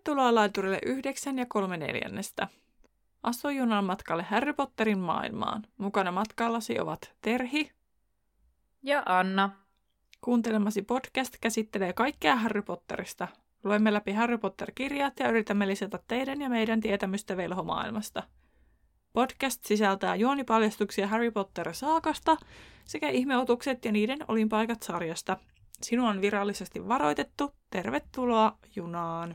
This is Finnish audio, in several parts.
Tervetuloa laiturille 9 3/4. Astu junan matkalle Harry Potterin maailmaan. Mukana matkallasi ovat Terhi ja Anna. Kuuntelemasi podcast käsittelee kaikkea Harry Potterista. Luemme läpi Harry Potter-kirjat ja yritämme lisätä teidän ja meidän tietämystä velhomaailmasta. Podcast sisältää juonipaljastuksia Harry Potter-saakasta sekä ihmeotukset ja niiden olinpaikat sarjasta. Sinua on virallisesti varoitettu. Tervetuloa junaan.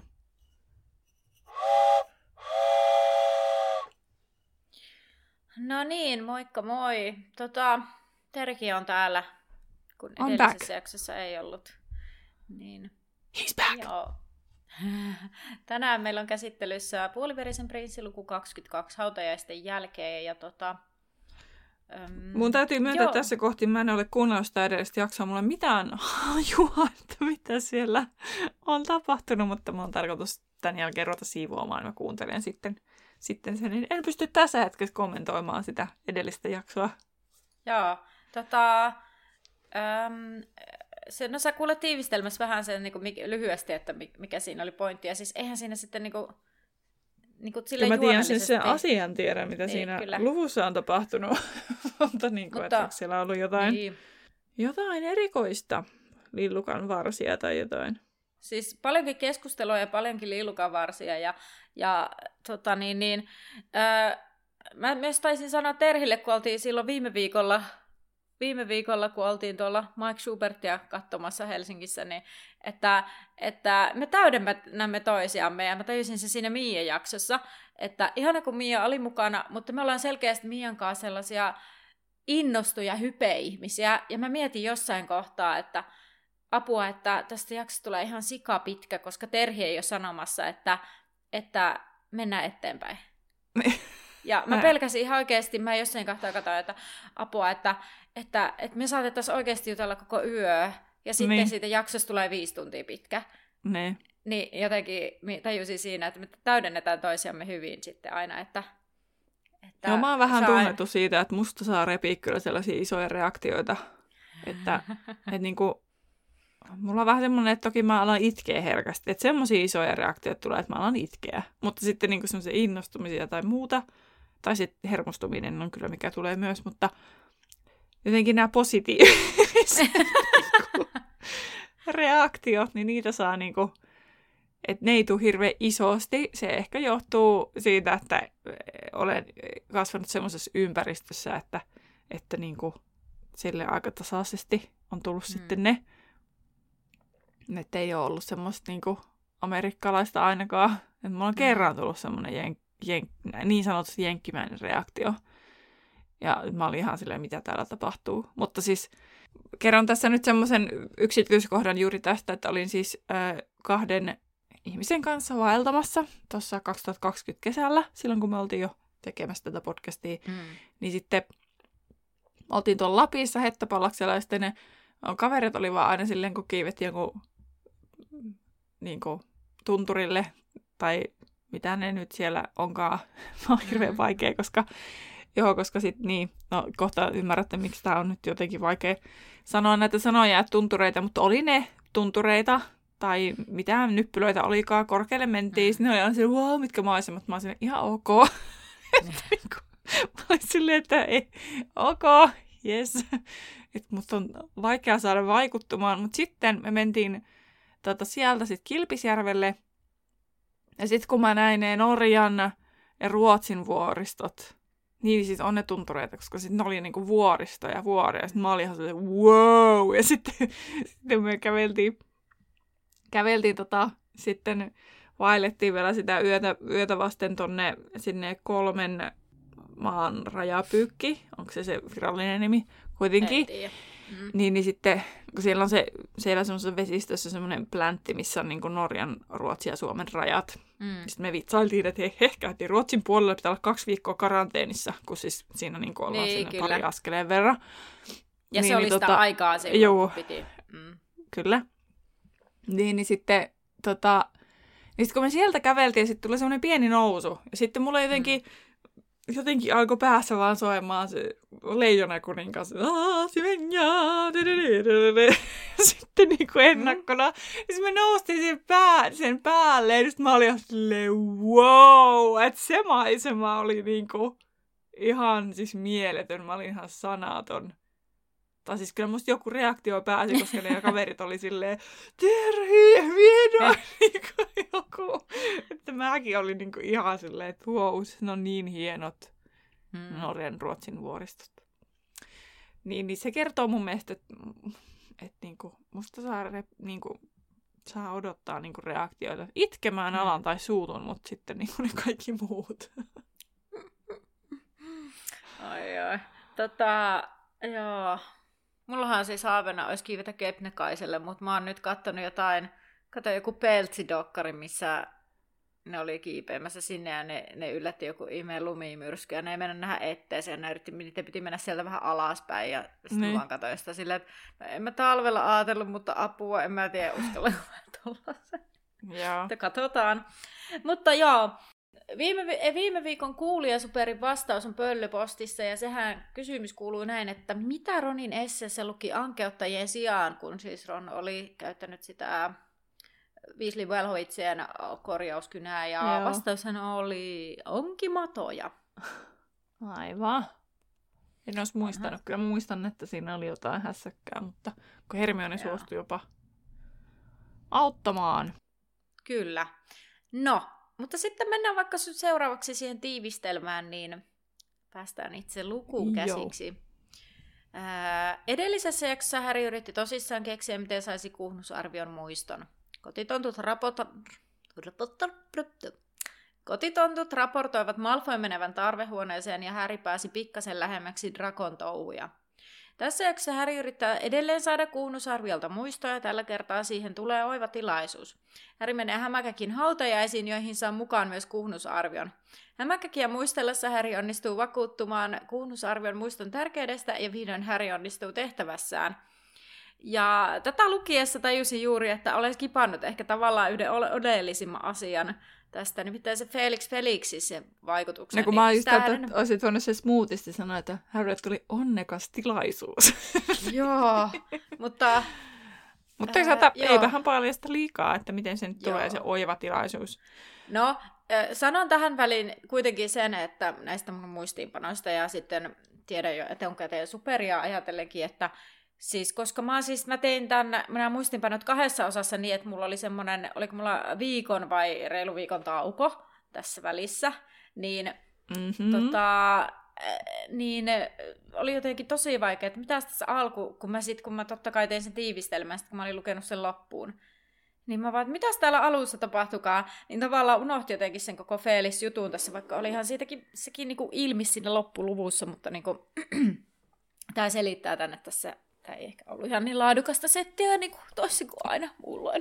No niin, moikka moi. Terki on täällä, kun I'm edellisessä back. jaksossa ei ollut. Niin. He's back! Joo. Tänään meillä on käsittelyssä Puoliverisen prinssi luku 22 hautajaisten jälkeen. Ja Mun täytyy myöntää tässä kohti, mä en ole kuunnellut sitä edellistä jaksoa, mulla ei mitään hajua, että mitä siellä on tapahtunut, mutta mun on tarkoitus tämän jälkeen ruveta siivoamaan, mä kuuntelen sitten sen, niin en pysty tässä hetkessä kommentoimaan sitä edellistä jaksoa. Joo, no sä kuulet tiivistelmässä vähän sen lyhyesti, että mikä siinä oli pointti, ja siis eihän siinä sitten sille mä tiedän juonellisesti... sen asian tiedän, mitä niin, siinä kyllä. luvussa on tapahtunut, mutta että siellä on ollut jotain erikoista, lillukan varsia tai jotain. Siis paljonkin keskustelua ja paljonkin lillukan varsia, mä myös taisin sanoa Terhille, kun oltiin silloin viime viikolla, kun oltiin tuolla Mike Schubertia katsomassa Helsingissä, niin että me täydennämme toisiamme, ja mä tajusin se siinä Miian jaksossa, että ihana kun Miia oli mukana, mutta me ollaan selkeästi Miian kanssa sellaisia innostuja hype-ihmisiä, ja mä mietin jossain kohtaa, että apua, että tästä jaksosta tulee ihan sikapitkä, koska Terhi ei ole sanomassa, että mennään eteenpäin. Ja mä pelkäsin ihan oikeasti, mä jossain kohtaa katsoin, että apua, että me saatettaisiin oikeasti jutella koko yö, ja sitten siitä jaksosta tulee 5 tuntia pitkä. Niin jotenkin tajusin siinä, että me täydennetään toisiamme hyvin sitten aina, että no mä oon vähän tunnettu siitä, että musta saa repiä kyllä sellaisia isoja reaktioita, että niinku, mulla on vähän semmoinen, että toki mä alan itkeä herkästi, että semmoisia isoja reaktioita tulee, että mä alan itkeä, mutta sitten niinku semmoisia innostumisia tai muuta, tai sitten hermostuminen on kyllä mikä tulee myös, mutta jotenkin nämä positiiviset reaktiot, niin niitä saa niinku, että ne ei tule hirveän isosti. Se ehkä johtuu siitä, että olen kasvanut semmoisessa ympäristössä, että niinku sille aika tasaisesti on tullut sitten ne. Että ei ole ollut semmoista niinku amerikkalaista ainakaan. Että mulla on kerran tullut semmoinen niin sanotusti jenkkimäinen reaktio. Ja mä olin ihan silleen, mitä täällä tapahtuu. Mutta siis kerron tässä nyt semmoisen yksityiskohdan juuri tästä, että olin siis 2 ihmisen kanssa vaeltamassa tuossa 2020 kesällä, silloin kun me oltiin jo tekemässä tätä podcastia. Niin sitten oltiin tuolla Lapissa Hettapalaksella, ja sitten ne kaverit oli vaan aina silleen, kun kiivettiin jonkun niin kuin tunturille, tai mitä ne nyt siellä onkaan. On hirveän vaikea, koska sitten niin, no kohta ymmärrätte, miksi tämä on nyt jotenkin vaikea sanoa näitä sanoja, että tuntureita, mutta oli ne tuntureita, tai mitään nyppylöitä olikaan, korkealle mentiin, sitten ne oli aina silleen, wow, mitkä maisemat, mä olin silleen, ihan ok. Mä olin silleen, että ei, ok, yes. Mutta on vaikea saada vaikuttumaan, mutta sitten me mentiin sieltä sitten Kilpisjärvelle, ja sitten kun mä näin ne Norjan ja Ruotsin vuoristot, niin siis on ne tuntureita, koska sitten ne oli niinku vuoristo ja vuori, ja sitten mä olin ihan sellainen, wow, ja sitten me käveltiin sitten vaellettiin vielä sitä yötä vasten sinne 3 maan rajapyykki, onko se virallinen nimi kuitenkin. Niin sitten, kun siellä on siellä semmoisessa vesistössä semmoinen pläntti, missä on niin kuin Norjan, Ruotsin ja Suomen rajat. Sitten me vitsailtiin, että käytiin Ruotsin puolella, pitää olla 2 viikkoa karanteenissa, kun siis siinä niin kuin ollaan sinne pari askeleen verran. Ja niin, se oli sitä aikaa silloin, juu, kun piti. Kyllä. Niin sitten niin kun me sieltä käveltiin, sitten tuli semmoinen pieni nousu. Ja sitten mulla jotenkin alkoi päässä vaan soimaan se Leijona kuningas. sitten niinku ennakkona. Ja mä noustin sen päälle, ja mä olin silleen, wow, että se maisema oli niinku ihan siis mieletön. Mä olin ihan sanaton. Tai siis kyllä musta joku reaktio pääsi, koska ne kaverit oli silleen, Terhi, vihdoin! Niinku joku. Että mäkin olin niinku ihan silleen, että wow, ne on niin hienot Norjan Ruotsin vuoristot. Niin se kertoo mun mielestä, että niinku, musta saa odottaa niinku reaktioita. Itkemään alan tai suutun, mutta sitten niinku ne kaikki muut. Ai. Joo. Mullahan siis haaveena olisi kiivetä Kebnekaiselle, mutta mä oon nyt kattonut joku Peltsi-dokkari, missä ne oli kiipeämässä sinne ja ne yllätti joku ihmeen lumimyrsky ja ne ei mennä nähdä etteeseen ja niiden piti mennä sieltä vähän alaspäin ja sitten vaan katsoin sitä silleen, että no, en mä talvella ajatellut, mutta apua, en mä tiedä uskallanko mä tollasen. Joo. Katsotaan. Mutta joo, viime viikon kuulijasuperin vastaus on Pöllöpostissa ja sehän kysymys kuuluu näin, että mitä Ronin esseessä luki ankeuttajien sijaan, kun siis Ron oli käyttänyt sitä Weasley Velhoitsien korjauskynää ja vastaushan oli onkimatoja. Aivan. En olisi muistanut. Kyllä muistan, että siinä oli jotain hässäkkää, mutta kun Hermione suostui jopa auttamaan. Kyllä. No, mutta sitten mennään vaikka seuraavaksi siihen tiivistelmään, niin päästään itse lukuun käsiksi. Edellisessä jaksossa Harry yritti tosissaan keksiä, miten saisi kuhnusarvion muiston. Kotitontut raportoivat Malfoyn menevän tarvehuoneeseen ja Harry pääsi pikkasen lähemmäksi Drakon touhuja. Tässä jaksossa Harry yrittää edelleen saada kuhnusarviolta muistoa ja tällä kertaa siihen tulee oiva tilaisuus. Harry menee hämäkäkin hautajaisiin, joihin saa mukaan myös kuhnusarvion. Hämäkäkiä muistellessa Harry onnistuu vakuuttumaan kuhnusarvion muiston tärkeydestä ja vihdoin Harry onnistuu tehtävässään. Ja tätä lukiessa tajusin juuri, että olen skipannut ehkä tavallaan yhden oleellisimman asian tästä, nimittäin se Felix Felixis se vaikutuksen. No kun mä just olisit voinut se smoothisti sanoa, että Harry tuli onnekas tilaisuus. Joo, mutta... Mutta eipähän paljasta liikaa, että miten se nyt tulee se oiva tilaisuus. No, sanon tähän väliin kuitenkin sen, että näistä mun muistiinpanoista ja sitten tiedän jo etukäteen superia ajatellenkin, että siis, koska mä tein minä muistinpanot 2 osassa niin, että mulla oli semmoinen, oliko mulla viikon vai reilu viikon tauko tässä välissä, niin, niin oli jotenkin tosi vaikea, että mitäs tässä kun mä totta kai tein sen tiivistelmän, kun mä olin lukenut sen loppuun, niin mä vaan, että mitäs täällä alussa tapahtukaan, niin tavallaan unohti jotenkin sen koko Felix-jutun tässä, vaikka olihan sekin niinku ilmi siinä loppuluvussa, mutta niinku, tämä selittää tänne tässä. Tämä ei ehkä ollut ihan niin laadukasta settiä niin kuin toisin kuin aina muulloin.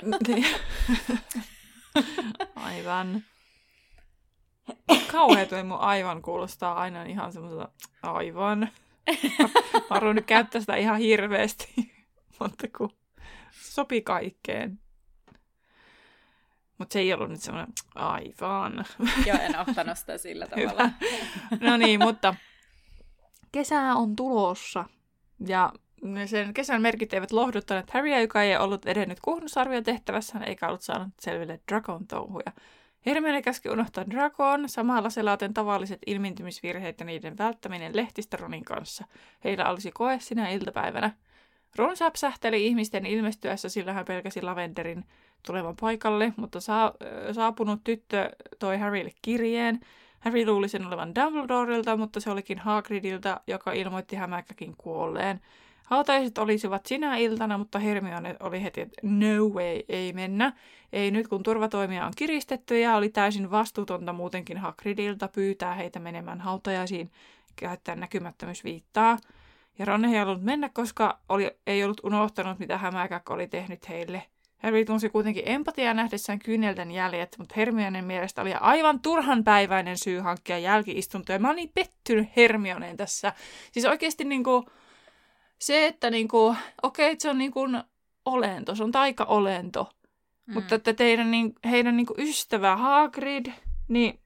Aivan. Kauhean tuo mun aivan kuulostaa aina ihan semmoiselta aivan. Mä haluan nyt käyttää sitä ihan hirveästi, mutta kun sopi kaikkeen. Mutta se ei ollut nyt semmoinen aivan. Joo, en ottanut sitä sillä tavalla. No niin, mutta kesä on tulossa ja sen kesän merkit eivät lohduttaneet Harryä, joka ei ollut edennyt kuhnusarvion tehtävässään eikä ollut saanut selville Drakon touhuja. Hermione käski unohtaa Drakon, samalla selaten tavalliset ilmintymisvirheet ja niiden välttäminen lehtistä Ronin kanssa. Heillä olisi koe sinä iltapäivänä. Ron säpsähteli ihmisten ilmestyessä, sillä hän pelkäsi Lavenderin tulevan paikalle, mutta saapunut tyttö toi Harrylle kirjeen. Harry luuli sen olevan Dumbledorilta, mutta se olikin Hagridilta, joka ilmoitti hämäkäkin kuolleen. Hautajaiset olisivat sinä iltana, mutta Hermione oli heti, että no way, ei mennä. Ei nyt, kun turvatoimia on kiristetty ja oli täysin vastuutonta muutenkin Hagridilta pyytää heitä menemään hautajaisiin käyttäen näkymättömyysviittaa. Ja Ron ei halunnut mennä, koska ei ollut unohtanut, mitä hämäkäk oli tehnyt heille. Harry tunsi kuitenkin empatiaa nähdessään kyynelten jäljet, mutta Hermionen mielestä oli aivan turhanpäiväinen syy hankkia jälki-istuntoja. Mä oon niin pettynyt Hermioneen tässä. Siis oikeasti niinku se, että niinku, okei, se on niinku olento, se on taikaolento. Mutta että heidän niinku ystävä Hagrid niin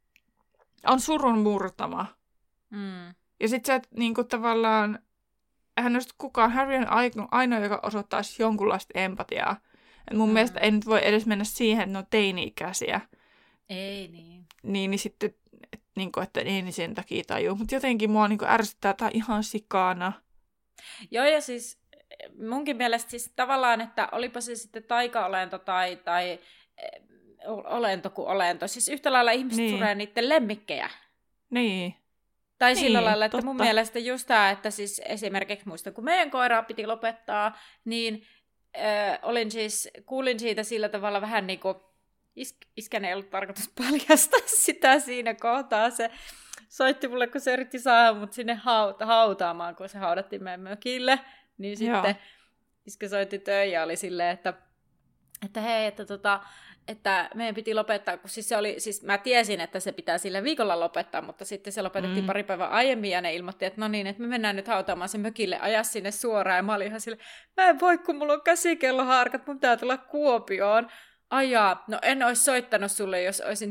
on surun murtama. Ja sit sä niinku tavallaan hän olisi kukaan. Harry on ainoa, joka osoittaisi jonkunlaista empatiaa. Et mun mielestä ei nyt voi edes mennä siihen, että ne on teini-ikäisiä. Ei niin. Niin sitten, että ei niin sen takia tajuu. Mutta jotenkin mua ärsyttää tää ihan sikana. Joo, ja siis munkin mielestä siis tavallaan, että olipa se sitten taika-olento tai olento kuin olento. Siis yhtä lailla ihmiset suree niiden lemmikkejä. Niin. Tai sillä lailla, että mun mielestä just tämä, että siis esimerkiksi muistan, kun meidän koiraa piti lopettaa, niin kuulin siitä sillä tavalla vähän niin kuin, iskän ei ollut tarkoitus paljastaa sitä siinä kohtaa. Se soitti mulle, kun se yritti saada mut sinne hautaamaan, kun se haudattiin meidän mökille. Niin sitten iskä soitti töihin ja oli silleen, että hei, että meidän piti lopettaa, kun siis mä tiesin, että se pitää sillä viikolla lopettaa, mutta sitten se lopetettiin pari päivää aiemmin ja ne ilmoitti, että no niin, että me mennään nyt hautaamaan se mökille, ajaa sinne suoraan. Ja mä olin ihan silleen, mä en voi, kun mulla on käsikelloharkat, mun pitää tulla Kuopioon. Ajaa, no en olisi soittanut sulle, jos olisin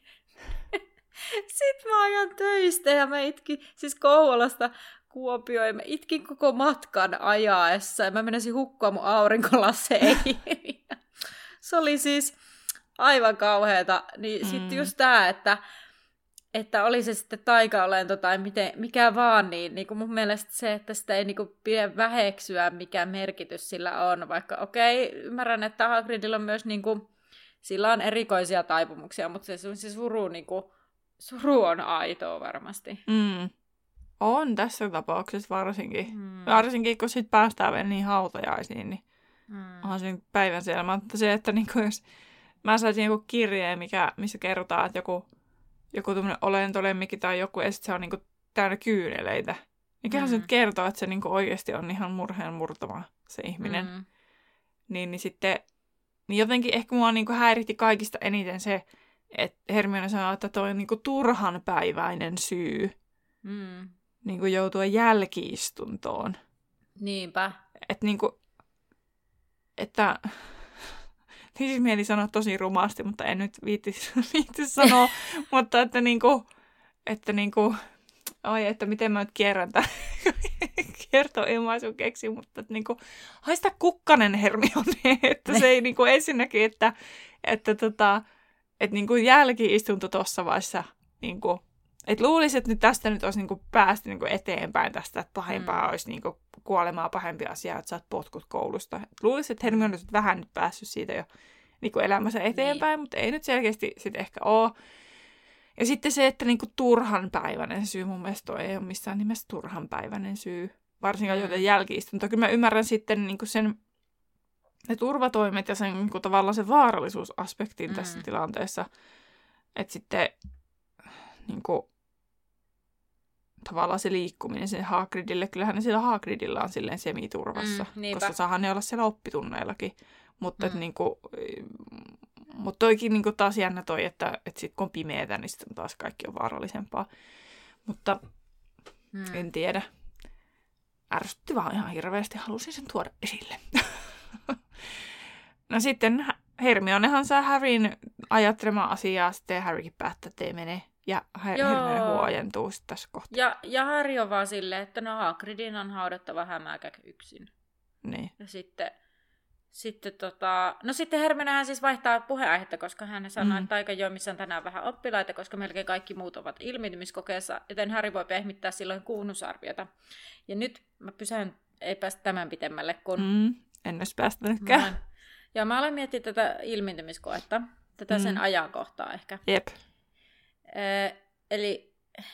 Sitten mä ajan töistä ja mä itkin, siis Kouvolasta Kuopioon, ja mä itkin koko matkan ajaessa ja mä menisin hukkua mun aurinkolaseihin. Se oli siis aivan kauheata. Niin sitten just tää, että oli se sitten taika-olento tai mikä vaan, niin kuin mun mielestä se, että sitä ei niin kuin pidä väheksyä, mikä merkitys sillä on. Vaikka ymmärrän, että Hagridilla on myös niin kuin, sillä on erikoisia taipumuksia, mutta se suru on aitoa varmasti. On tässä tapauksessa varsinkin. Varsinkin, kun sit päästään vielä niin hautajaisiin, niin onhan se päivän selvä. Mutta se, että niinku, jos mä saisin joku kirjeen, missä kerrotaan, että joku tämmöinen olentolemmikki tai joku, ja se on niinku täynnä kyyneleitä. Niin kyllähän se nyt kertoo, että se niinku oikeasti on ihan murheen murtava se ihminen. Niin sitten niin jotenkin ehkä mua niinku häiritti kaikista eniten se, että Hermione sanoo, että toi on niinku turhanpäiväinen syy niinku joutua jälki-istuntoon. Niinpä. Että siis mieli sanoa tosi rumasti, mutta en nyt viitti sanoa, mutta että miten mä nyt kierrän tämän kiertoilmaisun keksin, mutta että haista kukkanen Hermione, että se ei ensinnäkin, että jälki-istunto tuossa vaiheessa, että luulisin, että tästä nyt olisi päästy eteenpäin tästä, että pahempaa olisi kuolemaa pahempi asia, että saat potkut koulusta. Et luulisin, että Hermione olisi vähän nyt päässyt siitä jo elämänsä eteenpäin, mutta ei nyt selkeästi sitten ehkä ole. Ja sitten se, että turhanpäiväinen syy, mun mielestä toi ei ole missään nimessä turhanpäiväinen syy, varsinkaan joten jälki-istunto. Kyllä mä ymmärrän sitten ne turvatoimet ja sen tavallaan sen vaarallisuusaspektin tässä tilanteessa, että sitten tavallaan se liikkuminen sen Hagridille, kyllähän ne siellä Hagridilla on silleen semiturvassa, koska saahan ne olla siellä oppitunneillakin. Mutta toikin taas jännä toi, että sit kun on pimeätä, niin sitten taas kaikki on vaarallisempaa. Mutta en tiedä. Ärsytti vaan ihan hirveästi, halusin sen tuoda esille. No sitten Hermionehan saa Harryn ajattelemaan asiaa, sitten Harrykin päättää, että ei mene. Ja Hermione huojentuu sitten tässä kohtaa. Ja Harry on vaan silleen, että no Hagridin on haudattava hämäkäk yksin. Niin. Ja sitten Hermionehän siis vaihtaa puheenaihetta, koska hän sanoi, että taikajuomissa on tänään vähän oppilaita, koska melkein kaikki muut ovat ilmiintymiskokeessa, joten Harry voi pehmittää silloin kuunnusarviota. Ja nyt mä pysyn, ei päästä tämän pitemmälle, kun... En olisi päästänytkään. Ja mä aloin miettiä tätä ilmiintymiskoetta, tätä sen ajankohtaa ehkä. Jep. Eli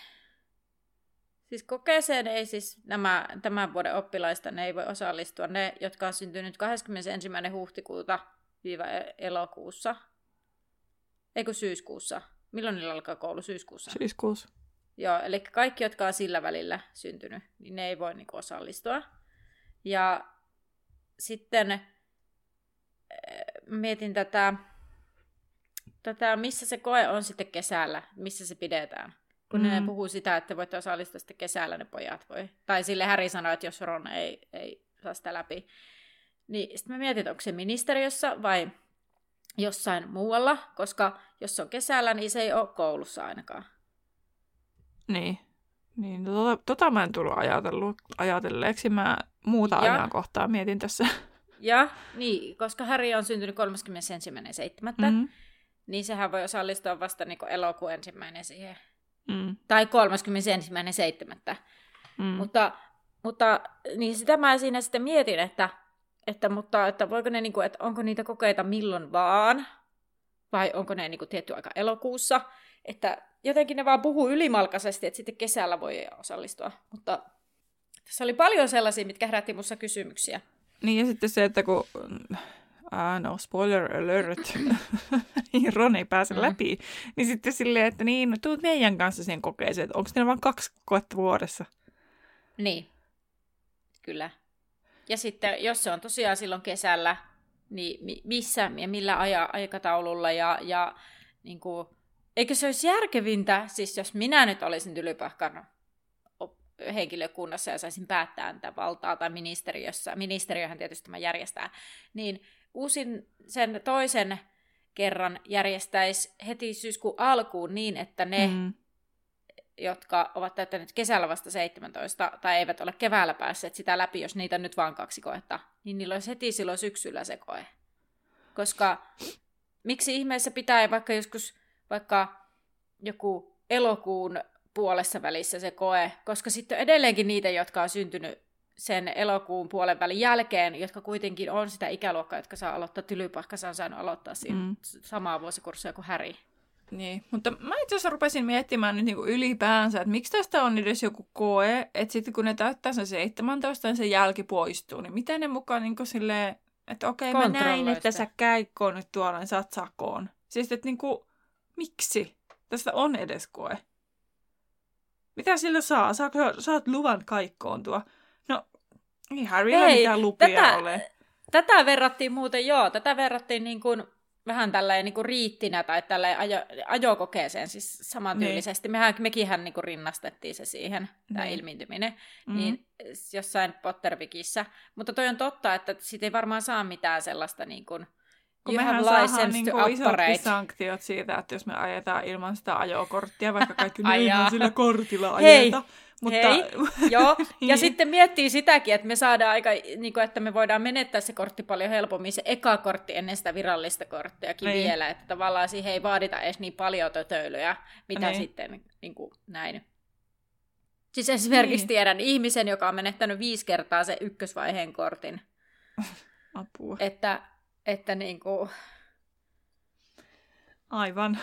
siis kokeeseen ei siis tämän vuoden oppilaista, ne ei voi osallistua. Ne, jotka on syntynyt 21. huhtikuuta elokuussa. Eikö syyskuussa? Milloin niillä alkaa koulu? Syyskuussa? Syyskuussa. Joo, eli kaikki, jotka on sillä välillä syntynyt, niin ne ei voi osallistua. Ja sitten mietin tätä, missä se koe on sitten kesällä, missä se pidetään. Kun ne puhuu sitä, että voitte osallistua sitten kesällä, ne pojat voi. Tai sille Harry sanoi, että jos Ron ei saa sitä läpi. Niin sitten mä mietin, että onko se ministeriössä vai jossain muualla, koska jos se on kesällä, niin se ei ole koulussa ainakaan. Niin. Niin, tota mä en tullut ajatelleeksi. Mä muuta ajankohtaa mietin tässä. Ja, niin, koska Harry on syntynyt 31.7. Niin sehän voi osallistua vasta niin elokuun 1. siihen. Tai 31.7. Mutta niin sitä mä siinä sitten mietin, että voiko ne, niin kuin, että onko niitä kokeita milloin vaan, vai onko ne niin kuin, tietty aika elokuussa. Että jotenkin ne vaan puhuu ylimalkaisesti, että sitten kesällä voi osallistua. Mutta tässä oli paljon sellaisia, mitkä herätti minussa kysymyksiä. Niin ja sitten se, että kun... no, spoiler alert. Ron ei pääse läpi. Niin sitten silleen, että niin, no tuut meidän kanssa siihen kokeeseen, että onko niillä vain 2 koetta vuodessa? Niin, kyllä. Ja sitten, jos se on tosiaan silloin kesällä, niin missä ja millä aikataululla ja niin kuin, eikö se olisi järkevintä, siis jos minä nyt olisin Tylypahkan henkilökunnassa ja saisin päättää tätä valtaa tai ministeriöhän tietysti tämä järjestää, niin uusin sen toisen kerran järjestäisi heti syyskuun alkuun niin, että ne, jotka ovat täyttäneet kesällä vasta 17 tai eivät ole keväällä päässeet sitä läpi, jos niitä on nyt vaan 2 koetta, niin niillä olisi heti silloin syksyllä se koe. Koska miksi ihmeessä pitää vaikka joskus joku elokuun puolessa välissä se koe, koska sitten on edelleenkin niitä, jotka on syntynyt sen elokuun puolen välin jälkeen, jotka kuitenkin on sitä ikäluokkaa, jotka saa aloittaa Tylypahkassa, on saanut aloittaa siinä samaa vuosikurssia kuin Harry. Niin, mutta mä itse asiassa rupesin miettimään nyt niinku ylipäänsä, että miksi tästä on edes joku koe, että sitten kun ne täyttää sen 17, niin se jälki poistuu, niin miten ne mukaan niinku silleen, että okei, mä näin, että sä käykoon nyt tuolla, niin saat sakoon. Siis, että niinku, miksi? Tästä on edes koe. Mitä sillä saa? Saat luvan kaikkoontua? No, ei Harrylla mitään lupia ole. Tätä verrattiin muuten, tätä verrattiin niin kuin vähän tälleen niin kuin riittinä tai tälleen ajokokeeseen, siis samantyylisesti. Mekinhän niin kuin rinnastettiin se siihen, tämä ilmiintyminen, niin jossain Pottervikissä. Mutta toi on totta, että siitä ei varmaan saa mitään sellaista niin kuin kun mehän saadaan niinku isotkin sanktiot siitä, että jos me ajetaan ilman sitä ajokorttia, vaikka kaikki meidän sillä kortilla ajeta. Mutta... Joo, ja sitten miettii sitäkin, että me saadaan aika, niin kuin, että me voidaan menettää se kortti paljon helpommin, se eka kortti ennen sitä virallista korttiakin vielä, että tavallaan siihen ei vaadita edes niin paljon tötöilyjä, mitä sitten niin kuin, näin. Siis esimerkiksi tiedän ihmisen, joka on menettänyt 5 kertaa sen ykkösvaiheen kortin. Apua. Että niinku... Aivan.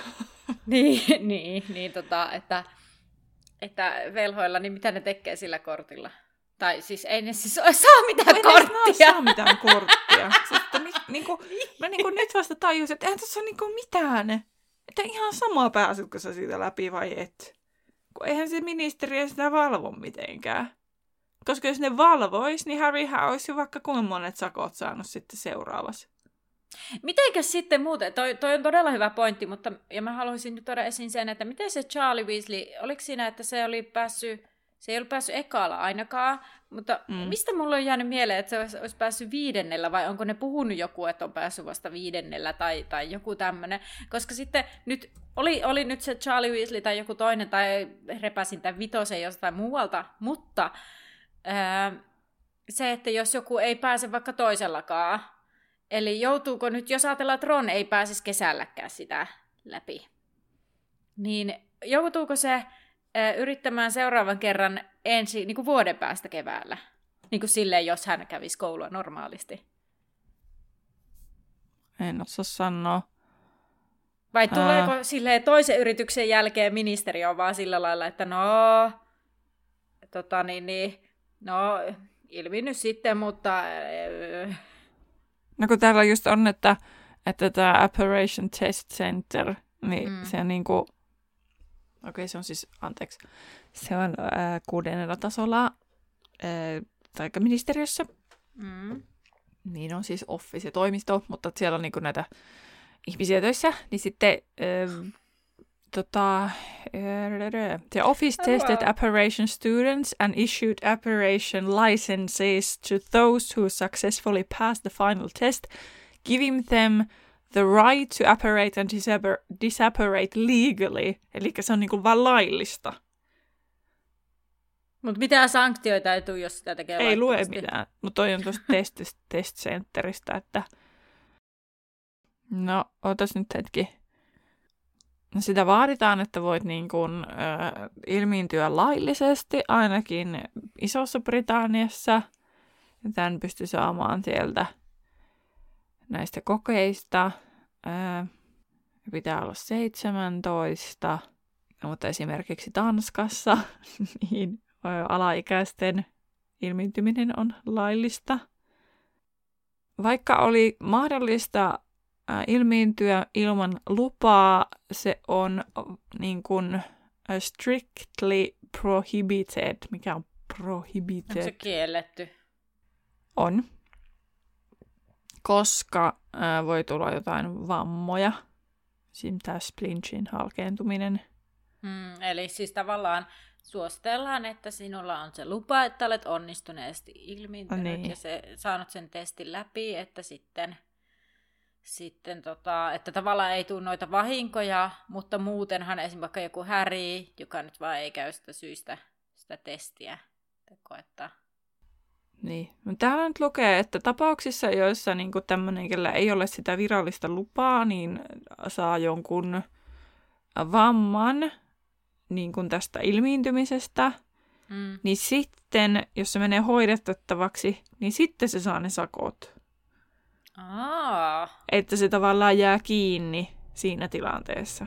että velhoilla, niin mitä ne tekee sillä kortilla? Tai siis ei ne siis saa mitään korttia. Ei saa mitään korttia. Siis, mä nyt vasta tajusin, että eihän tässä ole mitään. Että ihan sama pääsetkö sä siitä läpi vai et. Kun eihän se ministeriö sitä valvo mitenkään. Koska jos ne valvois, niin Harryhän olisi vaikka kuinka monet sakot saanut sitten seuraavassa. Mitenkäs sitten muuten? Toi on todella hyvä pointti, mutta ja mä haluaisin nyt tuoda esiin sen, että miten se Charlie Weasley, oliko siinä, että se ei ollut päässyt ekalla ainakaan, mutta mistä mulla on jäänyt mieleen, että se olisi päässyt 5. vai onko ne puhunut joku, että on päässyt vasta 5. tai joku tämmöinen, koska sitten nyt oli nyt se Charlie Weasley tai joku toinen tai repäsin tämän 5 jostain muualta, mutta se, että jos joku ei pääse vaikka toisellakaan, eli joutuuko nyt, jos ajatellaan, että Ron ei pääsisi kesälläkään sitä läpi, niin joutuuko se yrittämään seuraavan kerran ensi niin kuin vuoden päästä keväällä? Niin kuin silleen, jos hän kävisi koulua normaalisti. En osaa sanoa. Vai tuleeko silleen toisen yrityksen jälkeen ministeriö vaan sillä lailla, että ilmi sitten, mutta... No kun täällä just on, että tämä Apparition Test Center, niin se on niinku... se on siis, se on 6. tasolla taikaministeriössä. Niin on siis office ja toimisto, mutta siellä on niinku näitä ihmisiä töissä, niin sitten the office tested apparition students and issued apparition licenses to those who successfully passed the final test, giving them the right to apparate and disapparate legally. Eli se on niinku vaan laillista. Mutta mitään sanktioita ei tule, jos sitä tekee Ei lue laittomasti. mitään. Mutta toi on tuosta test-centeristä, että no, otas nyt hetki. No, sitä vaaditaan, että voit niin kuin, ilmiintyä laillisesti, ainakin Isossa Britanniassa. Tämän pystyy saamaan sieltä näistä kokeista. Pitää olla 17, mutta esimerkiksi Tanskassa niin alaikäisten ilmiintyminen on laillista. Vaikka oli mahdollista ilmiintyä ilman lupaa, se on niin kuin strictly prohibited. Mikä on prohibited? Onko se kielletty? On. Koska voi tulla jotain vammoja. Siinä tämä splinchin halkeentuminen. Eli siis tavallaan suositellaan, että sinulla on se lupa, että olet onnistuneesti ilmiintynyt Niin. ja saanut sen testin läpi, että sitten että tavallaan ei tule noita vahinkoja, mutta muutenhan esimerkiksi vaikka joku Harry, joka nyt vaan ei käy sitä syystä sitä testiä koettaa. Niin. No, täällä nyt lukee, että tapauksissa, joissa niin tämmöinen, kellä ei ole sitä virallista lupaa, niin saa jonkun vamman niin kuin tästä ilmiintymisestä, niin sitten, jos se menee hoidettavaksi, niin sitten se saa ne sakot. Että se tavallaan jää kiinni siinä tilanteessa.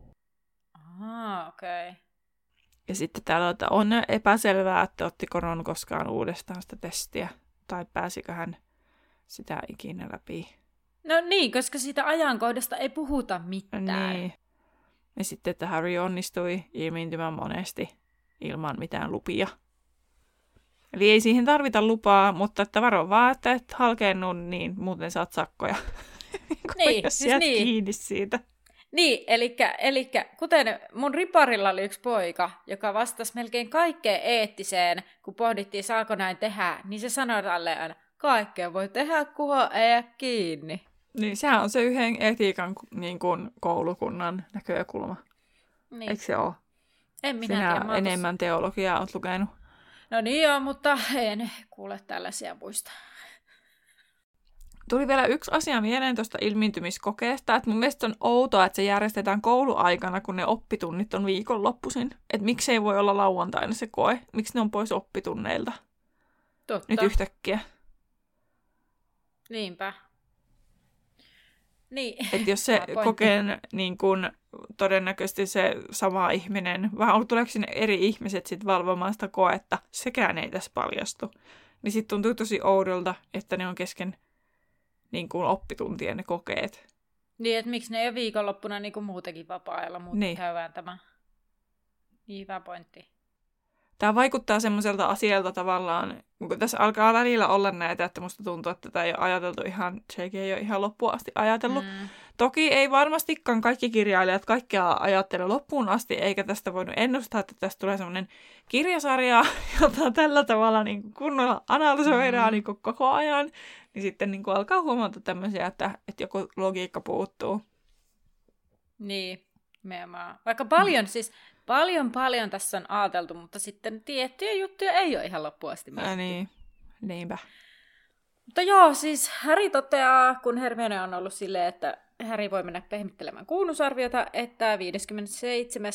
Okei. Ja sitten täällä on epäselvää, että ottiko Ron koskaan uudestaan sitä testiä, tai pääsikö hän sitä ikinä läpi. No niin, koska siitä ajankohdasta ei puhuta mitään. Niin. Ja sitten, että Harry onnistui ilmiintymään monesti ilman mitään lupia. Eli ei siihen tarvita lupaa, mutta että varo vaan, että et halkeennut, niin muuten saat sakkoja. Niin, jos siis jäät niin. kiinni siitä. Niin, eli kuten mun riparilla oli yksi poika, joka vastasi melkein kaikkeen eettiseen, kun pohdittiin saako näin tehdä, niin se sanoi tälle aina, kaikkea voi tehdä, kunhan ei jää kiinni. Niin, sehän on se yhden etiikan niin kuin koulukunnan näkökulma. Niin. Eikö se ole? En minä Sinä tiedä. enemmän teologiaa olet lukenut. No niin joo, mutta en kuule tällaisia muista. Tuli vielä yksi asia mieleen tuosta ilmiintymiskokeesta, että mun mielestä on outoa, että se järjestetään kouluaikana, kun ne oppitunnit on viikonloppuisin. Että miksei voi olla lauantaina se koe? Miksi ne on pois oppitunneilta? Totta. Nyt yhtäkkiä. Niinpä. Niin. Että jos se kokeen niin kun, todennäköisesti se sama ihminen, vai tuleeko sinne eri ihmiset sitten valvomaan sitä koetta, sekään ei tässä paljastu. Niin sitten tuntuu tosi oudolta, että ne on kesken niin kuin oppituntien ne kokeet. Niin, että miksi ne ei ole viikonloppuna niin kuin muutenkin vapaa-ajalla muuten Niin. käydään tämä. Niin, hyvä pointti. Tämä vaikuttaa semmoiselta asialta tavallaan, kun tässä alkaa välillä olla näitä, että musta tuntuu, että tätä ei ole ajateltu ihan, JK ei ole ihan loppuun asti ajatellut. Toki ei varmastikaan kaikki kirjailijat kaikkea ajattele loppuun asti, eikä tästä voinut ennustaa, että tästä tulee semmoinen kirjasarja, jota tällä tavalla niin kuin kunnolla analysoidaan niin kuin koko ajan. Niin sitten niin kuin alkaa huomata tämmöisiä, että joku logiikka puuttuu. Niin, nimenomaan. Vaikka paljon, siis paljon tässä on ajateltu, mutta sitten tiettyjä juttuja ei ole ihan loppuun asti mietitty. Niin, niinpä. Mutta joo, siis Harry toteaa, kun Hermione on ollut silleen, että Harry voi mennä pehmittelemään kuunusarviota, että 57.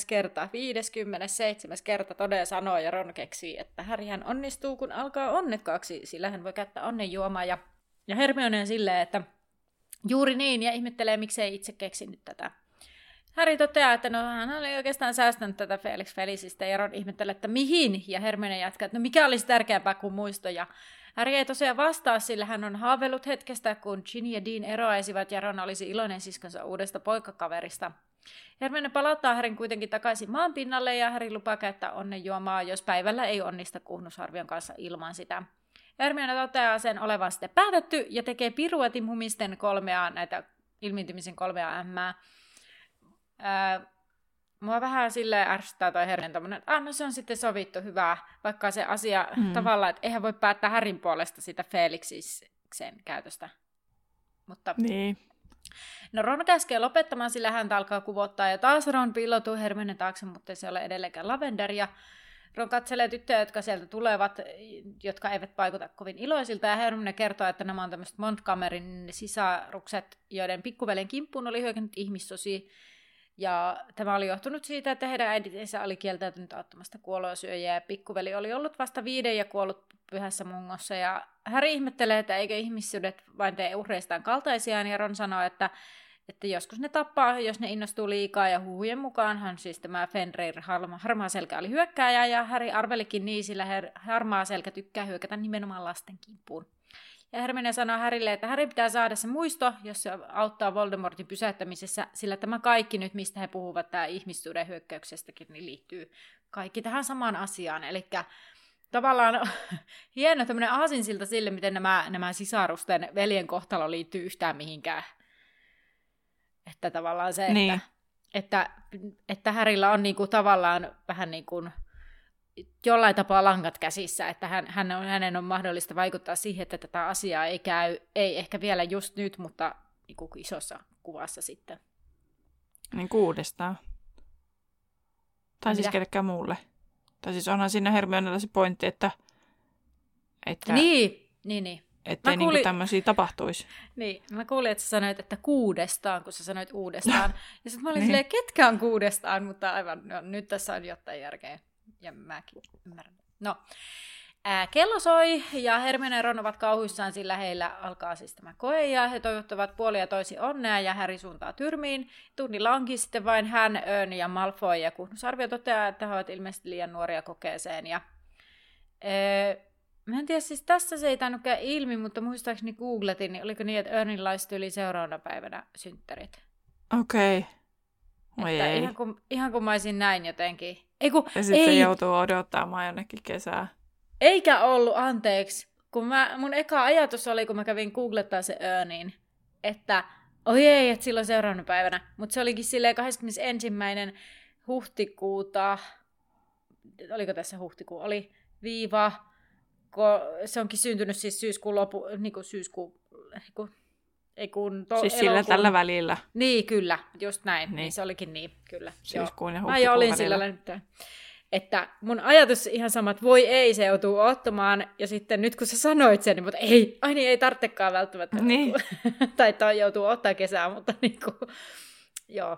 kerta todella sanoo ja Ron keksii, että Harryhän onnistuu, kun alkaa onnekkaaksi, sillä hän voi käyttää onnenjuomaa. Ja Hermione on silleen, että juuri niin, ja ihmettelee, miksei itse keksinyt tätä. Harry toteaa, että no, hän oli oikeastaan säästänyt tätä Felix Felicistä, ja Ron ihmettelee, että mihin, ja Hermione jatkaa, että no mikä olisi tärkeämpää kuin muisto, ja Harry ei tosiaan vastaa, sillä hän on haaveillut hetkestä, kun Ginny ja Dean eroaisivat, ja Ron olisi iloinen siskonsa uudesta poikakaverista. Hermione palauttaa Harryn kuitenkin takaisin maan pinnalle, ja Harry lupaa käyttää onnenjuomaa, jos päivällä ei onnista kuhnusarvion kanssa ilman sitä. Hermione toteaa sen olevan sitten päätetty, ja tekee piruetin humisten näitä ilmiintymisen 3 ämmää. Mua vähän silleen ärsyttää toi Hermione tommonen, että no se on sitten sovittu hyvää, vaikka se asia tavallaan, että eihän voi päättää Harryn puolesta sitä Felixin käytöstä. Mutta niin. No Ron käskee lopettamaan, sillä häntä alkaa kuvottaa, ja taas Ron piiloutuu Hermione taakse, mutta se ei ole edelleenkään Lavender, ja Ron katselee tyttöjä, jotka sieltä tulevat, jotka eivät vaikuta kovin iloisilta, ja Hermione kertoo, että nämä on tämmöiset Montgomeryn sisarukset, joiden pikkuvelen kimppuun oli hyökännyt ihmissosi, ja tämä oli johtunut siitä, että heidän äiditinsä oli kieltäytynyt auttamasta kuolosyöjiä, ja pikkuveli oli ollut vasta 5 ja kuollut pyhässä mungossa, ja Harry ihmettelee, että eikö ihmissudet vain tee uhreistaan kaltaisiaan, ja Ron sanoo, että joskus ne tappaa, jos ne innostuu liikaa, ja huhujen mukaanhan siis tämä Fenrir harmaa selkä oli hyökkääjä, ja Harry arvelikin niin, sillä harmaa selkä tykkää hyökätä nimenomaan lasten kimppuun. Ja Hermione sanoo Harrylle, että Harry pitää saada se muisto, jos se auttaa Voldemortin pysäyttämisessä, sillä tämä kaikki nyt, mistä he puhuvat, tämä ihmissuuden hyökkäyksestäkin, niin liittyy kaikki tähän samaan asiaan. Eli tavallaan hieno tämmöinen aasinsilta sille, miten nämä sisarusten veljen kohtalo liittyy yhtään mihinkään. Että tavallaan se, niin. että Harrylla on niinku tavallaan vähän niin kuin jollain tapaa langat käsissä, että hänen on mahdollista vaikuttaa siihen, että tätä asiaa ei ehkä vielä just nyt, mutta niinku isossa kuvassa sitten. Niin 6. Tai siis kellekään muulle. Tai siis onhan siinä Hermionella se pointti, että Niin. ettei niinku tämmöisiä tapahtuisi. Niin, mä kuulin, että sä sanoit, että 6, kun sä sanoit uudestaan. Ja sitten mä olin silleen, ketkä on 6, mutta aivan, nyt tässä on jotain järkeä. Ja mäkin ymmärrän. No, kello soi ja Hermione ja Ron ovat kauhuissaan, sillä heillä alkaa siis tämä koe ja he toivottavat puolin ja toisin onnea ja Harry suuntaa tyrmiin. Tunnilla onkin sitten vain hän, Ern ja Malfoy ja Kuhnusarvio toteaa, että he ovat ilmeisesti liian nuoria kokeeseen. Ja, mä en tiedä, siis tässä se ei tainnut käydä ilmi, mutta muistaakseni googletin, niin oliko niin, että Ernilla olisi yli seuraavana päivänä synttärit. Okei. Ihan kun mä olisin näin jotenkin. Ja sitten se joutuu odottamaan jonnekin kesää. Eikä ollut, anteeksi. Mun eka ajatus oli, kun mä kävin googlettaa se Ernin, että oi ei, että silloin seuraavana päivänä. Mutta se olikin silleen 21. huhtikuuta, oliko tässä huhtikuu, oli viiva, se onkin syntynyt siis syyskuun lopu, siis sillä tällä välillä. Niin, kyllä, just näin. Niin se olikin niin, kyllä. Syyskuun ja huhtikuun välillä. Mä olin sillä että mun ajatus ihan sama, että voi ei, se joutuu ottamaan, ja sitten nyt kun sä sanoit sen, niin mutta ei tarvitsekaan välttämättä. Niin. Tai joutuu ottaa kesää, mutta niinku, joo.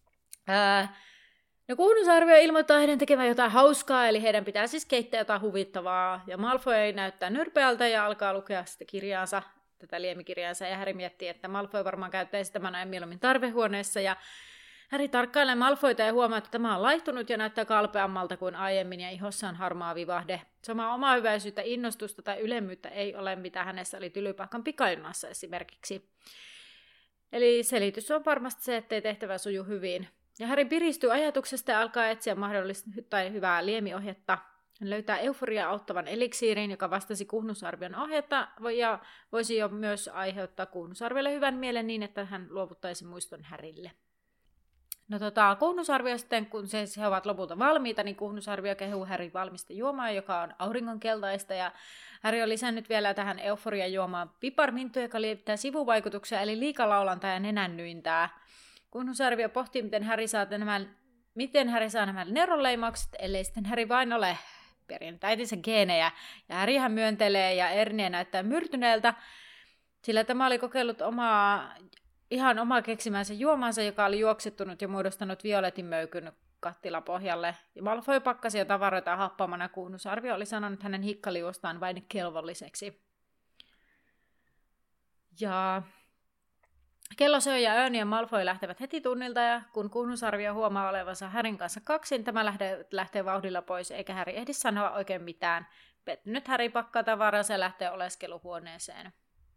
No Kuhnusarvio ilmoittaa heidän tekevän jotain hauskaa, eli heidän pitää siis keittää jotain huvittavaa, ja Malfoy näyttää nyrpeältä ja alkaa lukea sitten kirjaansa, tätä liemikirjaansa, ja Harry miettii, että Malfoy varmaan käyttäisi tämän ajan mieluummin tarvehuoneessa, ja Harry tarkkailee Malfoyta ja huomaa, että tämä on laihtunut ja näyttää kalpeammalta kuin aiemmin, ja ihossa on harmaa vivahde. Samaa omahyväisyyttä, innostusta tai ylemmyyttä ei ole, mitä hänessä oli Tylypahkan pikajunassa esimerkiksi. Eli selitys on varmasti se, ettei tehtävä suju hyvin. Ja Harry piristyy ajatuksesta ja alkaa etsiä mahdollista tai hyvää liemiohjetta. Hän löytää euforiaa auttavan eliksiirin, joka vastasi Kuhnusarvion ohjetta ja voisi jo myös aiheuttaa Kuhnusarviolle hyvän mielen niin, että hän luovuttaisi muiston Harrylle. No Kuhnusarvio sitten, kun he ovat lopulta valmiita, niin Kuhnusarvio kehuu Harry valmista juomaa, joka on auringonkeltaista, ja Harry on lisännyt vielä tähän euforia-juomaan piparminttua, joka lievittää sivuvaikutuksia, eli liikalaulantaa ja nenännyintää. Kuhnusarvio pohtii, miten Harry saa nämä neuronleimaukset, ellei sitten Harry vain ole perinnyt äitinsä geenejä, ja Harryhän myöntelee, ja Ernie näyttää myrtyneeltä, sillä tämä oli kokeillut ihan omaa keksimänsä juomansa, joka oli juoksettunut ja muodostanut violetin möykyn kattilapohjalle. Ja Malfoy pakkasi jo tavaroita happamana. Kuhnusarvio oli sanonut hänen hikkaliuostaan vain kelvolliseksi. Ja kello soi ja Ernie ja Malfoy lähtevät heti tunnilta, ja kun Kuhnusarvio huomaa olevansa Harryn kanssa kaksin, tämä lähtee vauhdilla pois, eikä Harry ehdi sanoa oikein mitään. Pettynyt Harry pakkaa tavaransa ja lähtee oleskeluhuoneeseen.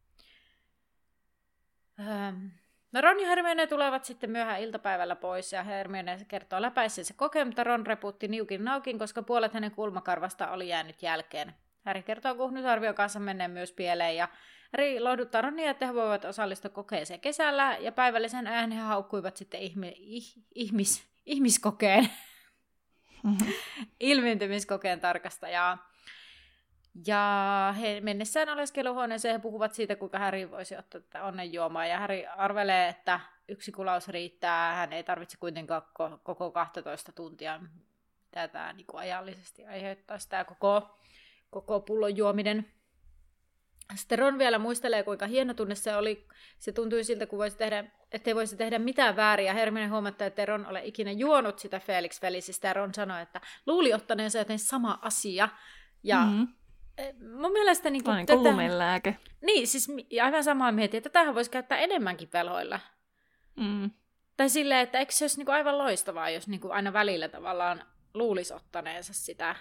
No Ron ja Hermione tulevat sitten myöhään iltapäivällä pois, ja Hermione kertoo läpäisseensä kokeen, mutta Ron reputti niukin naukin, koska puolet hänen kulmakarvasta oli jäänyt jälkeen. Harry kertoo Kuhnusarvion kanssa menneen myös pieleen, ja Harry lohduttaa Ronia, että he voivat osallistua kokeeseen kesällä, ja päivällisen ajan he haukkuivat sitten ihmiskokeen, ilmiintymiskokeen tarkastajaa. Ja he mennessään oleskeluhuoneeseen he puhuvat siitä, kuinka Harry voisi ottaa tätä onnenjuomaa. Ja Harry arvelee, että 1 kulaus riittää. Hän ei tarvitse kuitenkaan koko 12 tuntia mitä tämä niinku ajallisesti aiheuttaa, tämä koko pullon juominen. Sitten Ron vielä muistelee, kuinka hieno tunne se oli. Se tuntui siltä, kun ettei voisi tehdä mitään väärin. Ja Hermione huomattaa, että Ron ole ikinä juonut sitä Felix Felicisistä. Ja Ron sanoi, että luuli ottaneensa joten sama asia. Ja mun mielestä niin kuin lumelääke. Niin, siis aivan samaa mietin, että tätähän voisi käyttää enemmänkin velhoilla. Tai silleen, että eikö se olisi niin kuin aivan loistavaa, jos niin kuin aina välillä tavallaan luulisi ottaneensa sitä.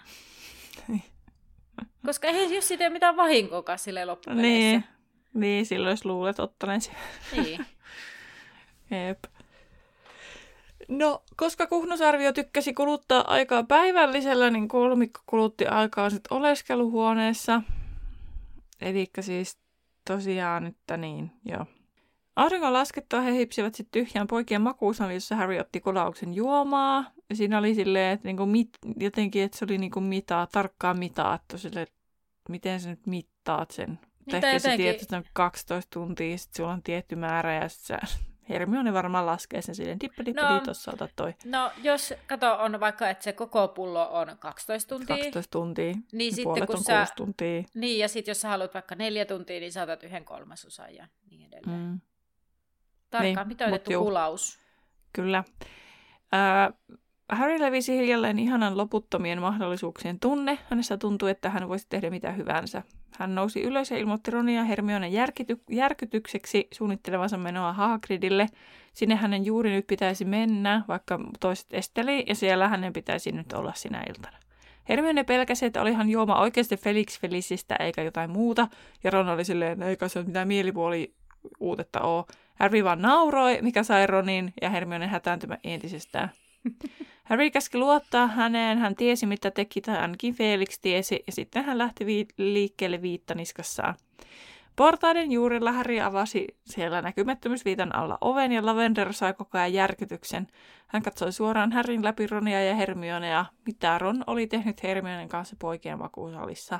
Koska ei jos siitä ei ole mitään vahinkoakaan silleen loppupeleissä. Niin, silloin jos luulet ottaneensa. Niin. Jep. No, koska Kuhnusarvio tykkäsi kuluttaa aikaa päivällisellä, niin kolmikko kulutti aikaa sitten oleskeluhuoneessa. Elikkä siis tosiaan, että niin, joo. Auringon laskettua he hipsivät sitten tyhjään poikien makuusali, jossa Harry otti kolauksen juomaa. Ja siinä oli silleen, että niinku jotenkin, että se oli niinku tarkkaan mitaattu sille, miten sä nyt mittaat sen. Ehkä sä tiedät, että on 12 tuntia, sitten sulla on tietty määrä ja sitten Hermione varmaan laskee sen silleen, dippa, tossa ota toi. No, jos on vaikka, että se koko pullo on 12 tuntia. 12 tuntia, niin sitten, puolet kun on 6 tuntia. Niin, ja sitten jos sä haluat vaikka 4 tuntia, niin saatat 1/3 ja niin edelleen. Tarkkaan mitoitettu kulaus. Kyllä. Harry levisi hiljalleen ihanan loputtomien mahdollisuuksien tunne. Hänestä tuntui, että hän voisi tehdä mitä hyvänsä. Hän nousi ylös ja ilmoitti Ronia Hermionen järkytykseksi suunnittelevansa menoa Hagridille. Sinne hänen juuri nyt pitäisi mennä, vaikka toiset esteli, ja siellä hänen pitäisi nyt olla sinä iltana. Hermione pelkäsi, että olihan juoma oikeasti Felix Felicistä eikä jotain muuta, ja Ron oli silleen, eikä se ole mitään mielipuoli-uutetta ole. Harry vaan nauroi, mikä sai Ronin, ja Hermione hätääntymä entisestään. Harry käski luottaa häneen, hän tiesi mitä teki, tai ainakin Felix tiesi, ja sitten hän lähti liikkeelle viittaniskassaan. Portaiden juurilla Harry avasi siellä näkymättömyysviitan alla oven, ja Lavender sai koko ajan järkytyksen. Hän katsoi suoraan Harryn läpi Ronia ja Hermionea, mitä Ron oli tehnyt Hermionen kanssa poikien makuusalissa.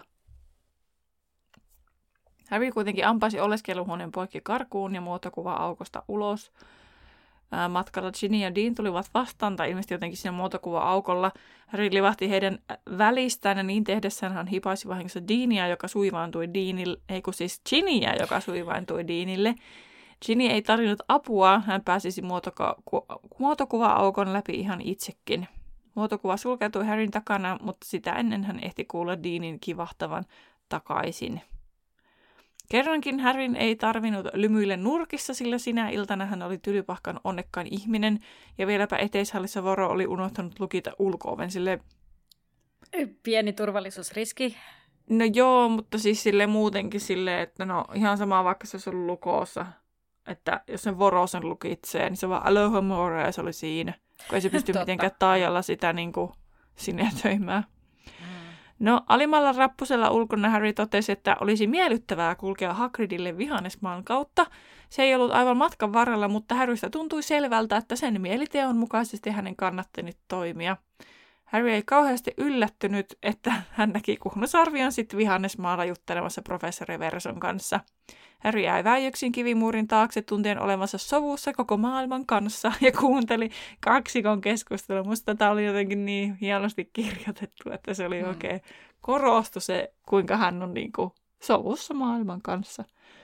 Harry kuitenkin ampasi oleskeluhuoneen poikki karkuun ja muotokuva-aukosta ulos. Matkalla Ginny ja Dean tulivat vastaan, tai ilmeisesti jotenkin siinä muotokuva-aukolla. Harry livahti heidän välistään, ja niin tehdessään hän hipaisi vahingossa Deania, joka suivaantui Deanille, Ginnyä, joka suivaantui Deanille. Ginny ei tarvinnut apua, hän pääsisi muotokuva-aukon läpi ihan itsekin. Muotokuva sulkeutui Harryn takana, mutta sitä ennen hän ehti kuulla Deanin kivahtavan takaisin. Kerrankin Harryn ei tarvinnut lymyille nurkissa, sillä sinä iltana hän oli Tylypahkan onnekkain ihminen, ja vieläpä eteishallissa Voro oli unohtanut lukita ulko-oven sille. Pieni turvallisuusriski. No joo, mutta siis sille muutenkin silleen, että no ihan sama vaikka se olisi ollut lukossa, että jos sen Voro sen lukitsee, niin se vaan aloha more ja se oli siinä, kun ei se pysty mitenkään taajalla sitä niin kuin sinetöimään. No, alimmalla rappusella ulkona Harry totesi, että olisi miellyttävää kulkea Hagridille Vihannesmaan kautta. Se ei ollut aivan matkan varrella, mutta Harrystä tuntui selvältä, että sen mieliteon mukaisesti hänen kannatti nyt toimia. Harry ei kauheasti yllättynyt, että hän näki Kuhnusarvion sitten Vihannesmaalla juttelemassa professori Verson kanssa. Harry jäi väijyksin kivimuurin taakse tuntien olevansa sovussa koko maailman kanssa ja kuunteli kaksikon keskustelua. Musta tämä oli jotenkin niin hienosti kirjoitettu, että se oli oikein korostu se, kuinka hän on niin kuin sovussa maailman kanssa.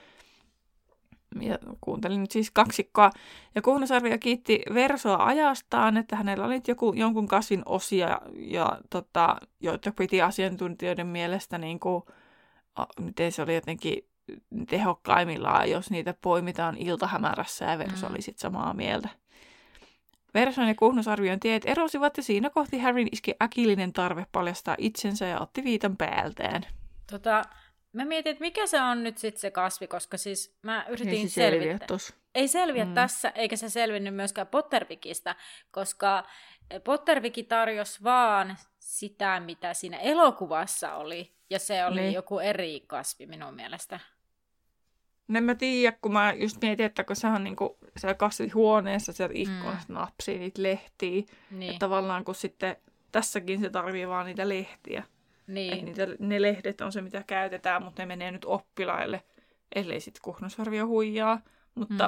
Ja kuuntelin nyt siis kaksikkoa. Ja Kuhnusarvio kiitti Versoa ajastaan, että hänellä oli jonkun kasvin osia, joita piti asiantuntijoiden mielestä, niin kuin, miten se oli jotenkin tehokkaimmillaan, jos niitä poimitaan iltahämärässä, ja Verso oli sitten samaa mieltä. Verson ja Kuhnusarvion tiet erosivat, ja siinä kohti Harryn iski äkillinen tarve paljastaa itsensä ja otti viitan päältään. Mä mietin, että mikä se on nyt sitten se kasvi, koska siis mä yritin selvittää. Ei selviä tässä, eikä se selvinnyt myöskään Pottervikistä, koska Potterviki tarjosi vaan sitä, mitä siinä elokuvassa oli, ja se oli joku eri kasvi minun mielestä. No en mä tiedä, kun mä just mietin, että kun se on niinku siellä kasvihuoneessa, sieltä ikkunasta napsii niitä lehtiä, niin. Että tavallaan kun sitten tässäkin se tarvii vaan niitä lehtiä. Niin. Ne lehdet on se, mitä käytetään, mutta ne menee nyt oppilaille, ellei sitten Kuhnusarvio huijaa. Mutta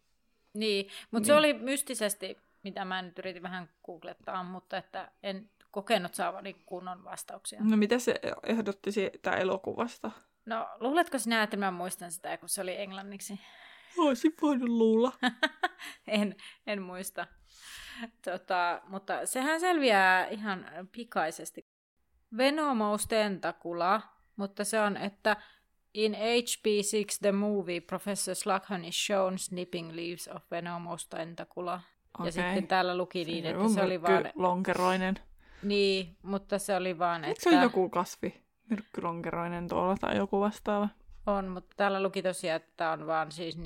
niin, mutta se oli mystisesti, mitä mä nyt yritin vähän googlettaa, mutta että kokenut saavani kunnon vastauksia. No mitä se ehdotti siitä elokuvasta? No luuletko sinä, että mä muistan sitä, kun se oli englanniksi? Olisin voinut luulla. en muista. Mutta sehän selviää ihan pikaisesti. Venomous tentacula, mutta se on, että in HB6 the movie, Professor Slughorn is shown snipping leaves of Venomous tentacula. Okay. Ja sitten täällä luki niin, että se oli vaan... lonkeroinen. Niin, mutta se oli vaan, että... Eikö se ole joku kasvi? Myrkkylonkeroinen tuolla tai joku vastaava? On, mutta täällä luki tosiaan, että on vaan siis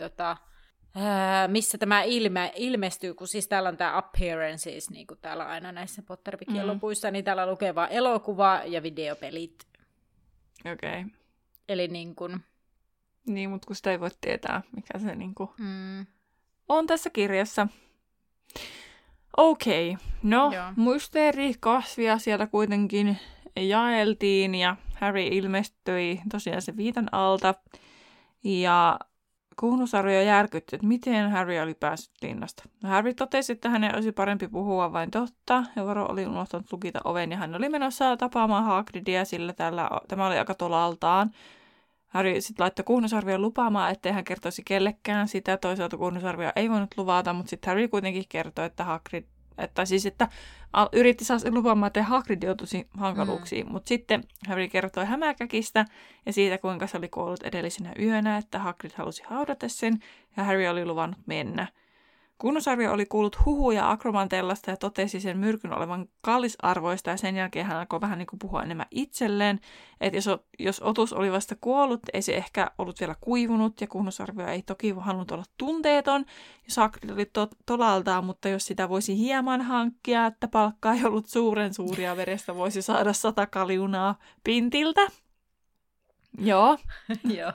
missä tämä ilmestyy, kun siis täällä on tämä appearances, niin kuin täällä aina näissä Pottervikin lopuissa, niin täällä lukee vaan elokuva ja videopelit. Okei. Okay. Eli niin kuin... Niin, mutta kun sitä ei voi tietää, mikä se niin kuin on tässä kirjassa. Okei, no mysteerikasvia siellä kuitenkin jaeltiin ja Harry ilmestyi tosiaan se viitan alta. Ja Kuhnusarvio järkytti, että miten Harry oli päässyt linnasta. No, Harry totesi, että hänen olisi parempi puhua vain totta. Ja Varo oli unohtanut lukita oven ja hän oli menossa tapaamaan Hagridia, sillä tämä oli aika tolaltaan. Harry sitten laittoi Kuhnusarvion lupaamaan, ettei hän kertoisi kellekään sitä. Toisaalta Kuhnusarvio ei voinut luvata, mutta sitten Harry kuitenkin kertoi, että että yritti saada lupaamaan, että Hagrid joutuisi hankaluuksiin. Mutta sitten Harry kertoi hämäkäkistä ja siitä, kuinka se oli kuollut edellisenä yönä, että Hagrid halusi haudata sen ja Harry oli luvannut mennä. Kunnusarvio oli kuullut huhuja Akromantellasta ja totesi sen myrkyn olevan kallisarvoista ja sen jälkeen hän alkoi vähän niin kuin puhua enemmän itselleen, että jos otus oli vasta kuollut, ei se ehkä ollut vielä kuivunut ja Kunnusarvio ei toki halunnut olla tunteeton, jos Hagrid oli tolaltaan, mutta jos sitä voisi hieman hankkia, että palkka ei ollut suuren suuria verestä, voisi saada 100 kaljunaa pintiltä. Joo. Joo.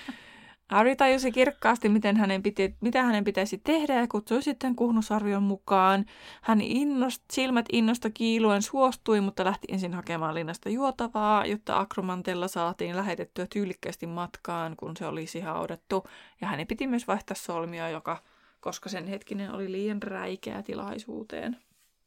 Harry tajusi kirkkaasti, mitä hänen pitäisi tehdä ja kutsui sitten Kuhnusarvion mukaan. Hän silmät innosta kiiluen suostui, mutta lähti ensin hakemaan linnasta juotavaa, jotta Akromantella saatiin lähetettyä tyylikkäästi matkaan, kun se olisi haudattu. Ja hänen piti myös vaihtaa solmia, koska sen hetkinen oli liian räikeä tilaisuuteen.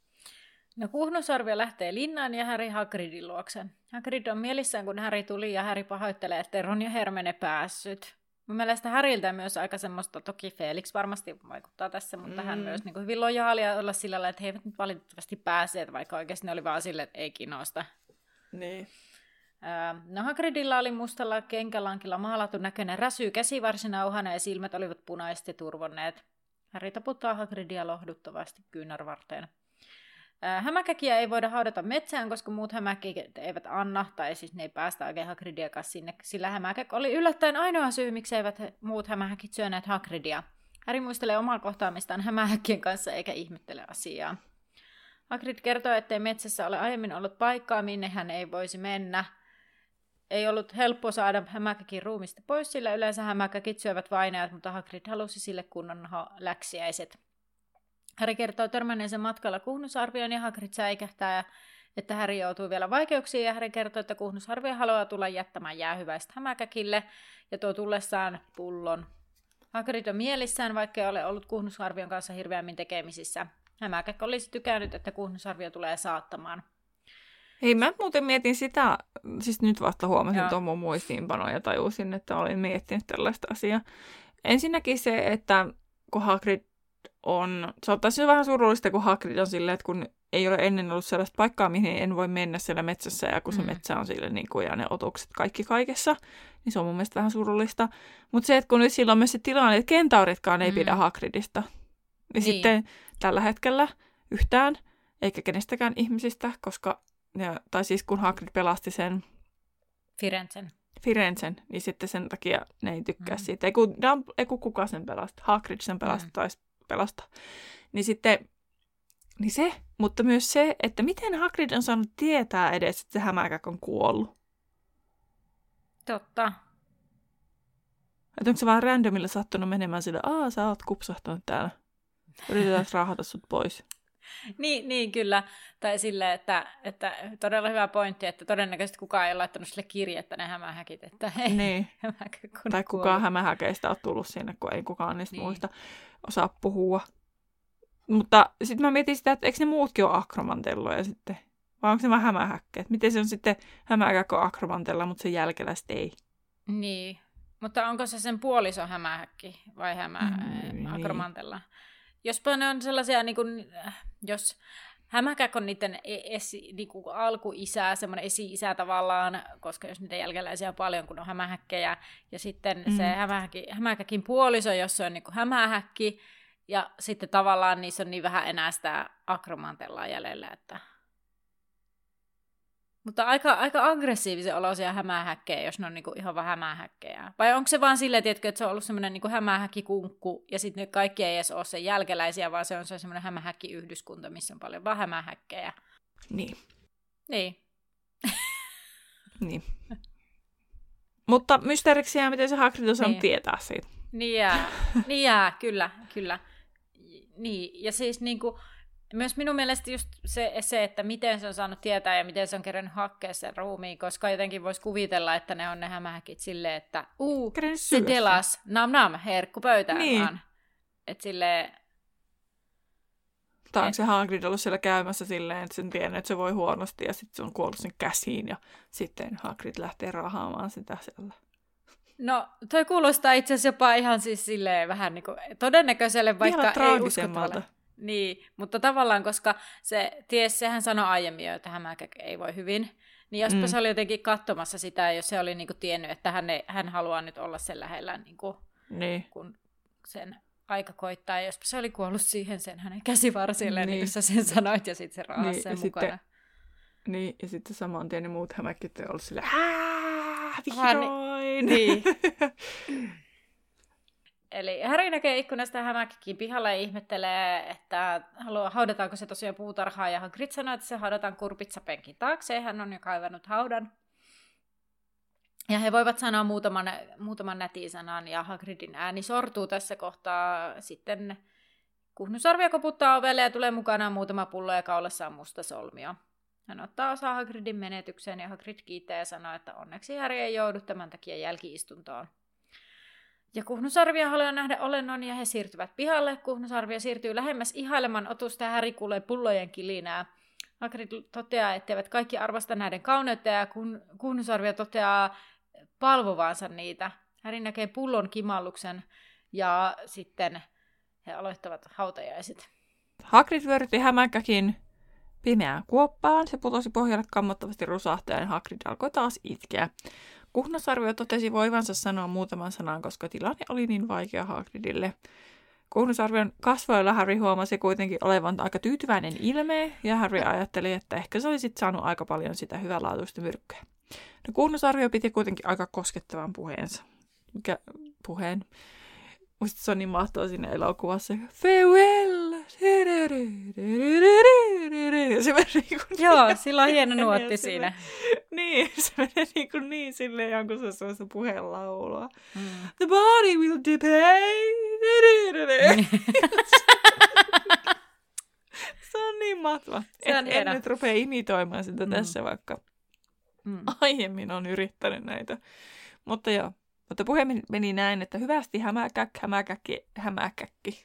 No Kuhnusarvio lähtee linnaan ja Harry Hagridin luokse. Hagrid on mielissään, kun Harry tuli ja Harry pahoittelee, että Ron ja Hermione päässyt. Mun mielestä Harryltä myös aika semmoista, toki Felix varmasti vaikuttaa tässä, mutta hän myös niin kuin hyvin lojaalia olla sillä lailla, että he eivät nyt valitettavasti päässeet, vaikka oikeasti ne oli vaan silleen, että ei kiinnosta. Niin. No Hagridilla oli mustalla kenkälankilla maalattu näköinen räsy käsivarsinauhana ja silmät olivat punaiset ja turvonneet. Harry taputtaa Hagridia lohduttavasti kyynärvarteen. Hämäkäkiä ei voida haudata metsään, koska muut hämäkäkit eivät anna, tai siis ne ei päästä oikein Hagridia kanssa sinne, sillä hämäkäk oli yllättäen ainoa syy, miksi eivät muut hämähäkit syöneet Hagridia. Harry muistelee omaa kohtaamistaan hämähäkkien kanssa eikä ihmettele asiaa. Hagrid kertoo, ettei metsässä ole aiemmin ollut paikkaa, minne hän ei voisi mennä. Ei ollut helppo saada hämäkäkin ruumista pois, sillä yleensä hämäkäkit syövät vainajat, mutta Hagrid halusi sille kunnon läksiäiset. Harry kertoo törmänneensä matkalla Kuhnusarvioon ja Hagrid säikähtää, että Harry joutuu vielä vaikeuksiin ja Harry kertoo, että Kuhnusarvio haluaa tulla jättämään jäähyväistä hämäkäkille ja tuo tullessaan pullon. Hagrid on mielissään, vaikka ei ole ollut Kuhnusarvion kanssa hirveämmin tekemisissä. Hämäkäk olisi tykännyt, että Kuhnusarvio tulee saattamaan. Hei, mä muuten mietin sitä, siis nyt vasta huomasin tuon mun muistiinpanoja ja tajusin, että olin miettinyt tällaista asiaa. Ensinnäkin se, että kun Hagrid se ottaisi vähän surullista, kun Hagrid on silleen, että kun ei ole ennen ollut sellaista paikkaa, mihin en voi mennä siellä metsässä, ja kun se metsä on sille niin kuin, ja ne otukset kaikki kaikessa, niin se on mun mielestä vähän surullista. Mutta se, että kun nyt silloin myös se tilanne, että kentauritkaan ei pidä Hagridista, niin sitten tällä hetkellä yhtään, eikä kenestäkään ihmisistä, koska, tai siis kun Hagrid pelasti sen Firenzen, niin sitten sen takia ne ei tykkää siitä. Ei kun kuka sen pelasti, Hagrid sen pelasti taisi pelastaa. Niin sitten, niin se, mutta myös se, että miten Hagrid on saanut tietää edes, että se hämäkäk on kuollut. Totta. Että onko se vaan randomilla sattunut menemään sille, sä oot kupsahtanut täällä. Yritetään raahata sut pois. Niin, kyllä. Tai silleen, että todella hyvä pointti, että todennäköisesti kukaan ei ole laittanut sille kirjettä ne hämähäkit, että hei, niin. Tai kukaan hämähäkeistä on tullut sinne, kun ei kukaan niistä muista osaa puhua. Mutta sitten mä mietin sitä, että eikö ne muutkin ole akromantelloja sitten? Vai onko se vaan hämähäkkä? Miten se on sitten hämähäkkä Akromantella, mutta sen jälkeläiset ei? Niin. Mutta onko se sen puoliso hämähäkki vai Akromantella? Jospa ne on sellaisia, niin kuin, jos hämähäkkä on niiden niin kuin alkuisä, semmoinen esi-isä tavallaan, koska jos niitä jälkeläisiä on paljon, kun on hämähäkkejä, ja sitten se hämähäkin puoliso, jos se on niin kuin hämähäkki, ja sitten tavallaan niissä on niin vähän enää sitä Akromantellaa jäljellä, että... Mutta aika aggressiivisen oloisia hämähäkkejä, jos ne on niinku ihan vaan hämähäkkejä. Vai onko se vaan silleen, tiedätkö, että se on ollut semmoinen niinku hämähäkkikunkku, ja sitten ne kaikki ei edes ole sen jälkeläisiä, vaan se on semmoinen hämähäkkiyhdyskunta, missä on paljon vaan hämähäkkejä. Niin. Niin. Niin. Mutta mysteeriksi jää, miten se Hagrid on saanut tietää siitä. Niin jää, kyllä. Niin, ja siis niinku... Myös minun mielestä just se, että miten se on saanut tietää ja miten se on kerännyt hakkea sen ruumiin, koska jotenkin voisi kuvitella, että ne on ne hämähäkit silleen, että se delas, nam, herkku pöytään niin. vaan. Että silleen... Tai onko se Hagrid ollut siellä käymässä silleen, että sen tiennyt, että se voi huonosti ja sitten se on kuollut sen käsiin ja sitten Hagrid lähtee rahaamaan sitä siellä. No, toi kuulostaa itse asiassa jopa ihan siis silleen vähän niin kuin todennäköiselle, vaikka ei uskottavalle. Niin, mutta tavallaan, koska sehän sanoi aiemmin jo, että hämähäkkä ei voi hyvin, niin jospa se oli jotenkin katsomassa sitä, jos se oli niinku tiennyt, että hän haluaa nyt olla sen lähellä, niinku, kun sen aika koittaa, ja jospa se oli kuollut siihen sen hänen käsivarsilleen, niin kuin sä sen sanoit, ja sitten se raahasi sen mukana. Niin, ja sitten saman tien ne muut hämähäkit on ollut silleen, vihdoin! Niin. Eli Harry näkee ikkunasta hämähäkin pihalla ja ihmettelee, että haudataanko se tosiaan puutarhaa, ja Hagrid sanoo, että se haudataan kurpitsapenkin taakse, hän on jo kaivannut haudan. Ja he voivat sanoa muutaman nätin sanan, ja Hagridin ääni sortuu tässä kohtaa. Sitten Kuhnusarvio koputtaa ovelle ja tulee mukanaan muutama pullo ja kaulassaan musta solmio. Hän ottaa osaa Hagridin menetykseen, ja Hagrid kiittää ja sanoo, että onneksi Harry ei joudu tämän takia jälki-istuntoon. Ja Kuhnusarvio haluaa nähdä olennon ja he siirtyvät pihalle. Kuhnusarvio siirtyy lähemmäs ihaileman otusta ja Harry kuulee pullojen kilinää. Hagrid toteaa, etteivät kaikki arvosta näiden kauneutta ja Kuhnusarvio toteaa palvovansa niitä. Harry näkee pullon kimalluksen ja sitten he aloittavat hautajaiset. Hagrid vyörytti hämähäkin pimeään kuoppaan. Se putosi pohjalle kammottavasti rusahtaen ja Hagrid alkoi taas itkeä. Kuhnusarvio totesi voivansa sanoa muutaman sanan, koska tilanne oli niin vaikea Hagridille. Kuhnusarvion kasvoilla Harry huomasi kuitenkin olevan aika tyytyväinen ilme, ja Harry ajatteli, että ehkä se olisi saanut aika paljon sitä hyvälaatuista myrkkyä. No, Kuhnusarvio piti kuitenkin aika koskettavan puheen. Musta se on niin mahtavaa siinä elokuvassa. Farewell! Joo, sillä on hieno nuotti siinä. Niin, se menee niin silleen jonkun sellaista puheenlaulua. The body will decay. Se on niin mahtavaa. En nyt rupea imitoimaan sitä tässä, vaikka aiemmin on yrittänyt näitä. Mutta joo. Mutta puhe meni näin, että hyvästi hämähäkki.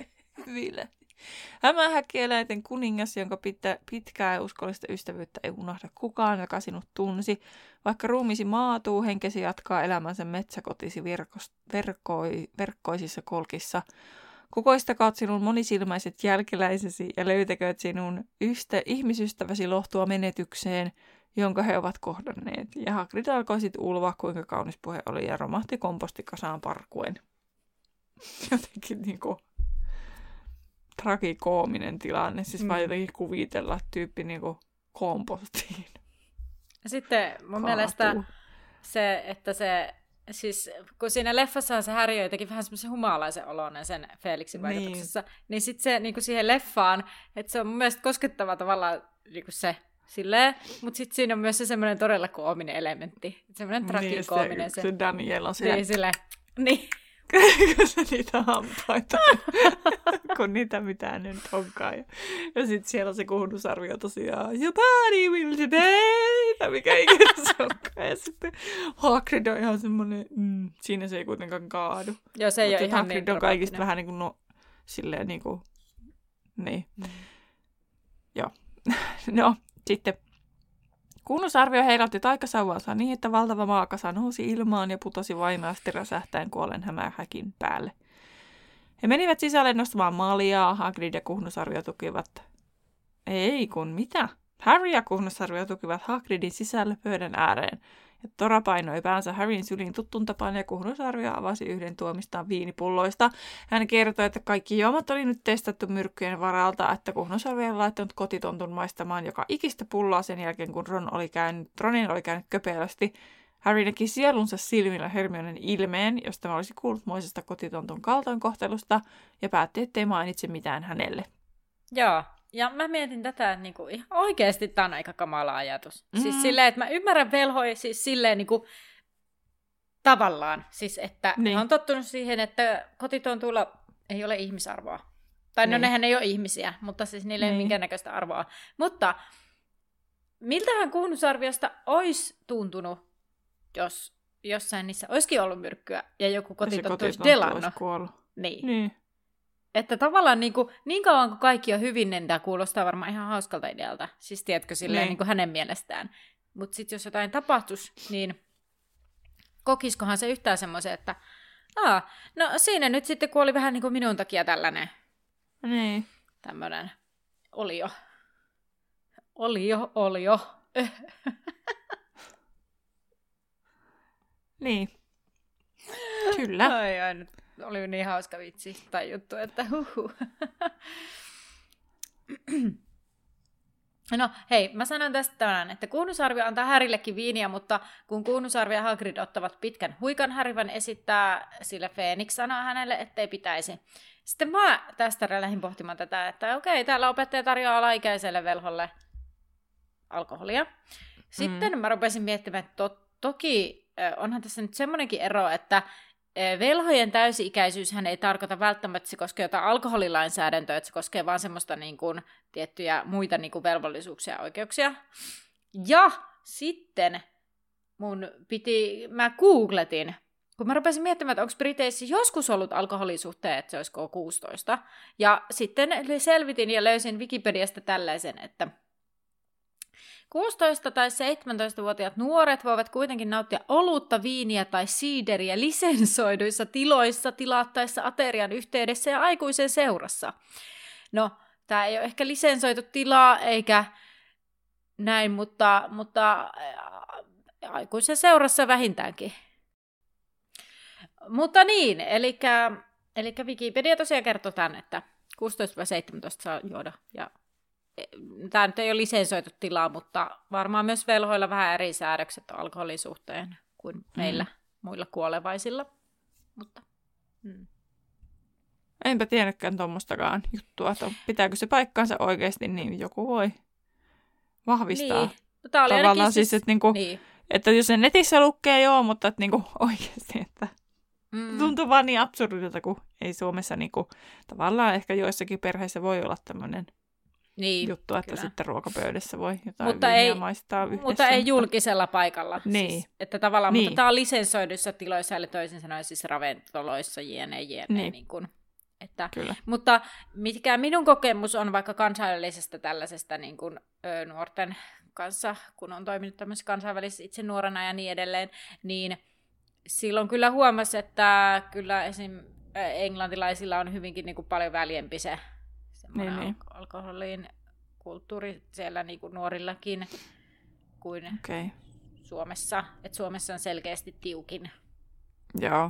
Hämähäkki eläinten kuningas, jonka pitkää ja uskollista ystävyyttä ei unohda kukaan, joka sinut tunsi. Vaikka ruumiisi maatuu, henkesi jatkaa elämänsä metsäkotisi verkkoisissa kolkissa. Kukoistakaat sinun monisilmäiset jälkeläisesi ja löytäkööt sinun ihmisystäväsi lohtua menetykseen, jonka he ovat kohdanneet. Ja Hagrid alkoi sitten ulvaa, kuinka kaunis puhe oli, ja romahti kompostikasaan parkuen. Jotenkin niinku tragikoominen tilanne, siis vaan jotenkin kuvitella tyyppi niinku kompostiin. Sitten mun mielestä se, että se, siis kun siinä leffassa se Harry on jotenkin vähän semmoisen humalaisen oloinen sen Felixin vaikutuksessa, niin sitten se niinku siihen leffaan, että se on mun mielestä koskettava tavallaan niinku se silleen, mutta sitten siinä on myös se semmoinen todella koominen elementti. Semmoinen tragikoominen. Niin, se Daniel on siellä. Niin, silleen. Niin. Kun se niitä hampaita, kun niitä mitään nyt onkaan. Ja sitten siellä on se Kuhnusarvio tosiaan, your body will today, tai mikä ikinä se onkaan. Ja sitten Hagrid on ihan semmoinen, siinä se ei kuitenkaan kaadu. Joo, se ei ole ihan Hagrid on kaikista vähän niin kuin, silleen niin kuin, niin. Joo. No, Sitten Kunnusarvio heilautti taikasauvansa niin, että valtava maakasa nousi ilmaan ja putosi vaimeasti räsähtäen kuolleen hämähäkin päälle. He menivät sisälle nostamaan maljaa, Hagrid ja Kuhnusarvio tukivat... Ei kun mitä? Harry ja Kuhnusarvio tukivat Hagridin sisälle pöydän ääreen. Ja Tora painoi päänsä Harryn syliin tuttuun tapaan ja Kuhnusarvio avasi yhden tuomistaan viinipulloista. Hän kertoi, että kaikki juomat oli nyt testattu myrkkyjen varalta, että Kuhnusarvio oli laittanut kotitontun maistamaan joka ikistä pulloa sen jälkeen, kun Ronin oli käynyt köpelösti. Harry näki sielunsa silmillä Hermionen ilmeen, josta olisi kuullut moisesta kotitontun kaltoinkohtelusta, ja päätti, ettei mainitse mitään hänelle. Joo. Ja mä mietin tätä, että niinku, ihan oikeasti tämä on aika kamala ajatus. Siis silleen, että mä ymmärrän velhoja siis silleen niinku, tavallaan. Siis, että ne on tottunut siihen, että kotitontuilla ei ole ihmisarvoa. Tai no nehän ei ole ihmisiä, mutta siis niillä ei ole minkäännäköistä arvoa. Mutta miltähän Kuhnusarviosta olisi tuntunut, jos jossain niissä olisikin ollut myrkkyä ja joku kotitontu olisi delannut? Niin. Että tavallaan niin kauan kuin kaikki on hyvin, niin tämä kuulostaa varmaan ihan hauskalta idealta. Siis tiedätkö silleen niin kuin hänen mielestään. Mutta sitten jos jotain tapahtuisi, niin kokiskohan se yhtään semmoisen, että no siinä nyt sitten kuoli vähän niin kuin minun takia tällainen. Niin. Tämmöinen olio. Niin. Kyllä. Ai, nyt oli niin hauska vitsi tai juttu, että No hei, mä sanon tästä tämän, että Kuhnusarvio antaa Harryllekin viiniä, mutta kun Kuhnusarvio ja Hagrid ottavat pitkän huikan, Harry vaan esittää, sillä Phoenix sanoo hänelle, ettei pitäisi. Sitten mä tästä lähdin pohtimaan tätä, että okei, täällä opettaja tarjoaa alaikäiselle velholle alkoholia. Sitten mä rupesin miettimään, että toki onhan tässä nyt semmoinenkin ero, että velhojen täysi-ikäisyyshän ei tarkoita välttämättä, että se koskee jotain alkoholilainsäädäntöä, että se koskee vaan semmoista niin kuin, tiettyjä muita niin kuin velvollisuuksia ja oikeuksia. Ja sitten mä googletin, kun mä rupesin miettimään, että onko Briteissä joskus ollut alkoholisuhteen, että se olisiko 16. Ja sitten selvitin ja löysin Wikipediasta tällaisen, että 16- tai 17-vuotiaat nuoret voivat kuitenkin nauttia olutta, viiniä tai siideriä lisensoiduissa tiloissa tilattaessa aterian yhteydessä ja aikuisen seurassa. No, tämä ei ole ehkä lisensoitu tilaa eikä näin, mutta aikuisen seurassa vähintäänkin. Mutta niin, eli Wikipedia tosiaan kertoo tämän, että 16-17 saa juoda ja tämä nyt ei ole lisensoitu tilaa, mutta varmaan myös velhoilla vähän eri säädökset alkoholin suhteen kuin meillä muilla kuolevaisilla. Mutta, Enpä tiennytkään tuommoistakaan juttua, että pitääkö se paikkaansa oikeasti, niin joku voi vahvistaa. Niin. Tämä oli tavallaan siis, että, että jos se netissä lukee, joo, mutta että oikeasti, että tuntuu vaan niin absurdilta, kun ei Suomessa tavallaan ehkä joissakin perheissä voi olla tämmöinen juttu, että kyllä. Sitten ruokapöydässä voi jotain viiniä maistaa yhdessä. Mutta ei julkisella paikalla. Niin. Siis, että tavallaan, mutta tämä on lisensoiduissa tiloissa, eli toisin sanoen siis ravintoloissa, jne. Niin kuin, että, mutta mikä minun kokemus on vaikka kansainvälisestä tällaisesta niin kuin, nuorten kanssa, kun on toiminut tämmöisessä kansainvälisessä itse nuorena ja niin edelleen, niin silloin kyllä huomasi, että kyllä esim. Englantilaisilla on hyvinkin niin kuin paljon väljempi se semmoinen alkoholin kulttuuri siellä niin kuin nuorillakin kuin Suomessa. Että Suomessa on selkeästi tiukin. Joo.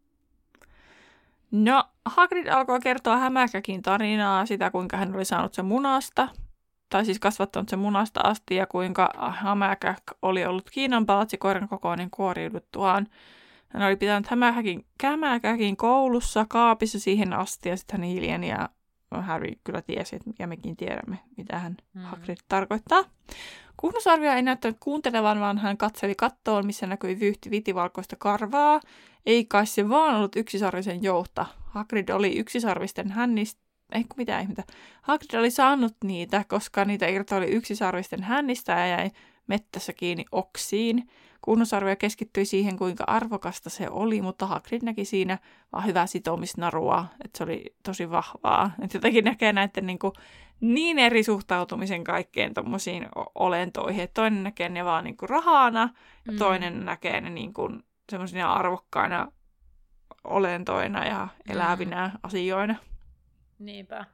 No, Hagrid alkoi kertoa hämähäkin tarinaa sitä, kuinka hän oli saanut sen munasta, tai siis kasvattanut sen munasta asti, ja kuinka hämähäk oli ollut Kiinan palatsikoiran kokoinen kuoriuduttuaan. Hän oli pitänyt hämähäkin koulussa kaapissa siihen asti, ja sitten hän hiljeni, ja Harry kyllä tiesi, ja mekin tiedämme, mitä hän Hagrid tarkoittaa. Kuhnusarvio ei näyttänyt kuuntelevan, vaan hän katseli kattoon, missä näkyi vyyhti vitivalkoista karvaa. Ei kai se vaan ollut yksisarvisen jouhta. Hagrid oli yksisarvisten hännistä. Hagrid oli saanut niitä, koska niitä irtoili yksisarvisten hännistä ja jäi mettässä kiinni oksiin. Kuhnusarvio keskittyi siihen, kuinka arvokasta se oli, mutta Hagrid näki siinä vaan hyvää sitomisnarua, että se oli tosi vahvaa. Että jotenkin näkee näiden niin eri suhtautumisen kaikkeen tommosiin olentoihin, että toinen näkee ne vaan rahana ja toinen näkee ne semmoisina arvokkaina olentoina ja elävinä asioina. Niinpä.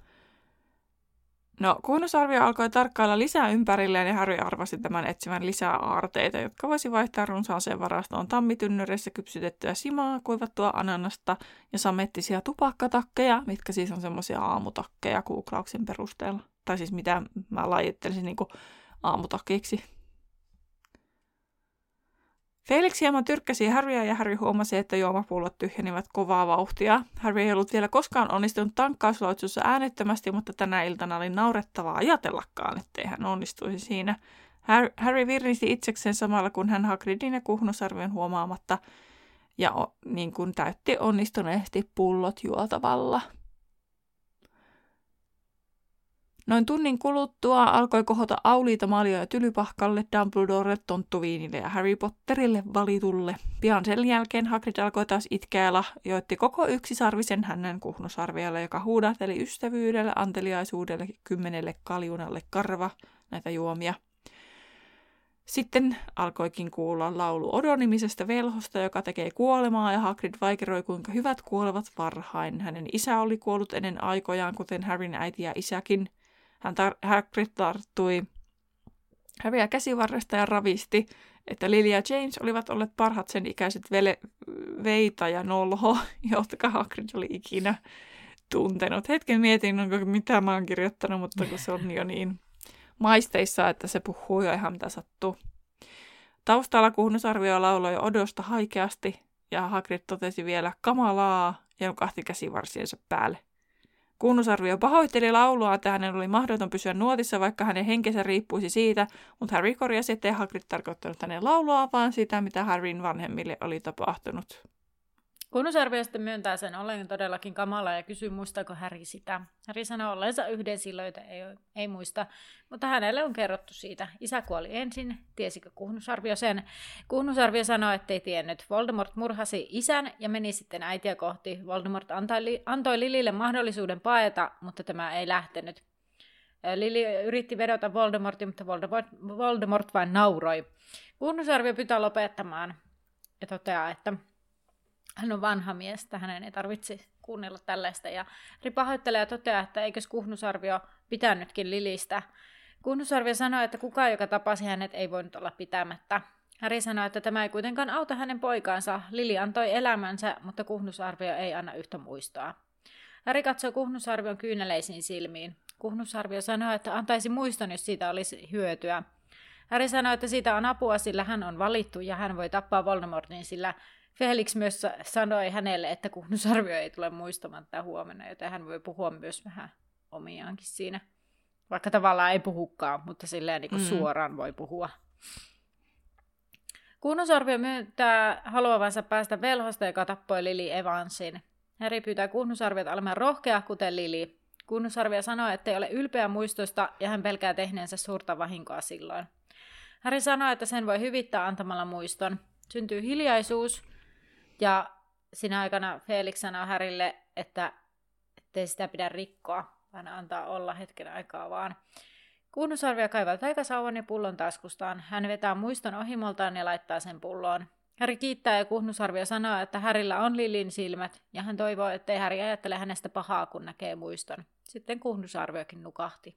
No, Kuhnusarvio alkoi tarkkailla lisää ympärilleen ja Harry arvasi tämän etsivän lisää aarteita, jotka voisi vaihtaa runsaaseen varastoon tammitynnyreissä kypsytettyä simaa, kuivattua ananasta ja samettisia tupakkatakkeja, mitkä siis on semmoisia aamutakkeja googlauksen perusteella. Tai siis mitä mä lajittelisin aamutakkeiksi. Felix hieman tyrkkäsi Harryä ja Harry huomasi, että juomapullot tyhjenivät kovaa vauhtia. Harry ei ollut vielä koskaan onnistunut tankkausloitsussa äänettömästi, mutta tänä iltana oli naurettavaa ajatellakaan, ettei hän onnistuisi siinä. Harry virnisi itsekseen samalla, kun hän Hagridin ja Kuhnusarvion huomaamatta ja niin kuin täytti onnistuneesti pullot juotavalla. Noin tunnin kuluttua alkoi kohota auliita maljoja Tylypahkalle, Dumbledorelle, Tonttuviinille ja Harry Potterille valitulle. Pian sen jälkeen Hagrid alkoi taas itkeä ja lahjoitti koko yksisarvisen hännän Kuhnusarvialle, joka huudahteli ystävyydelle, anteliaisuudelle, 10 kaljunalle karva näitä juomia. Sitten alkoikin kuulla laulu Odo-nimisestä velhosta, joka tekee kuolemaa, ja Hagrid vaikeroi, kuinka hyvät kuolevat varhain. Hänen isä oli kuollut ennen aikojaan, kuten Harryn äiti ja isäkin. Hagrid tarttui Harryä käsivarresta ja ravisti, että Lily ja James olivat olleet parhaat sen ikäiset Veita ja Nolho, jotka Hagrid oli ikinä tuntenut. Hetken mietin, mitä mä oon kirjoittanut, mutta kun se on jo niin maisteissa, että se puhuu jo ihan mitä sattuu. Taustalla Kuhnusarvio lauloi Odosta haikeasti, ja Hagrid totesi vielä kamalaa ja nukahti käsivarsiensa päälle. Kuhnusarvio pahoitteli laulua, että hänen oli mahdoton pysyä nuotissa, vaikka hänen henkensä riippuisi siitä, mutta Harry korjasi, ettei Hagrid tarkoittanut hänen laulua, vaan sitä, mitä Harryn vanhemmille oli tapahtunut. Kuhnusarvio sitten myöntää sen ollen todellakin kamala ja kysyy, muistaako Harry sitä. Harry sanoo olleensa yhden silloin, jota ei muista, mutta hänelle on kerrottu siitä. Isä kuoli ensin, tiesikö Kuhnusarvio sen? Kuhnusarvio sanoi, ettei tiennyt. Voldemort murhasi isän ja meni sitten äitiä kohti. Voldemort antoi Lilylle mahdollisuuden paeta, mutta tämä ei lähtenyt. Lily yritti vedota Voldemortin, mutta Voldemort vain nauroi. Kuhnusarvio pyytää lopettamaan ja toteaa, että hän on vanha mies, että hänen ei tarvitse kuunnella tällaista. Ja Harry pahoittelee ja toteaa, että eikös Kuhnusarvio pitänytkin Lilystä. Kuhnusarvio sanoi, että kukaan, joka tapasi hänet, ei voinut olla pitämättä. Harry sanoi, että tämä ei kuitenkaan auta hänen poikaansa. Lily antoi elämänsä, mutta Kuhnusarvio ei anna yhtä muistoa. Harry katsoi Kuhnusarvion kyyneleisiin silmiin. Kuhnusarvio sanoi, että antaisi muiston, jos siitä olisi hyötyä. Harry sanoi, että siitä on apua, sillä hän on valittu ja hän voi tappaa Voldemortin, sillä Felix myös sanoi hänelle, että Kuhnusarvio ei tule muistamaan tätä huomenna, joten hän voi puhua myös vähän omiaankin siinä. Vaikka tavallaan ei puhukaan, mutta silleen niin suoraan voi puhua. Kuhnusarvio myöntää haluavansa päästä velhosta, joka tappoi Lily Evansin. Harry pyytää Kuhnusarviota olemaan rohkea, kuten Lily. Kuhnusarvio sanoo, ettei ole ylpeä muistosta ja hän pelkää tehneensä suurta vahinkoa silloin. Harry sanoo, että sen voi hyvittää antamalla muiston. Syntyy hiljaisuus. Ja siinä aikana Felix sanoo Harrylle, että ei sitä pidä rikkoa, vaan antaa olla hetken aikaa vaan. Kuhnusarvio kaivaa taikasauvan ja pullon taskustaan. Hän vetää muiston ohimoltaan ja laittaa sen pulloon. Harry kiittää ja Kuhnusarvio sanoo, että Harryllä on Lilyn silmät, ja hän toivoo, ettei Harry ajattele hänestä pahaa, kun näkee muiston. Sitten Kuhnusarviokin nukahti.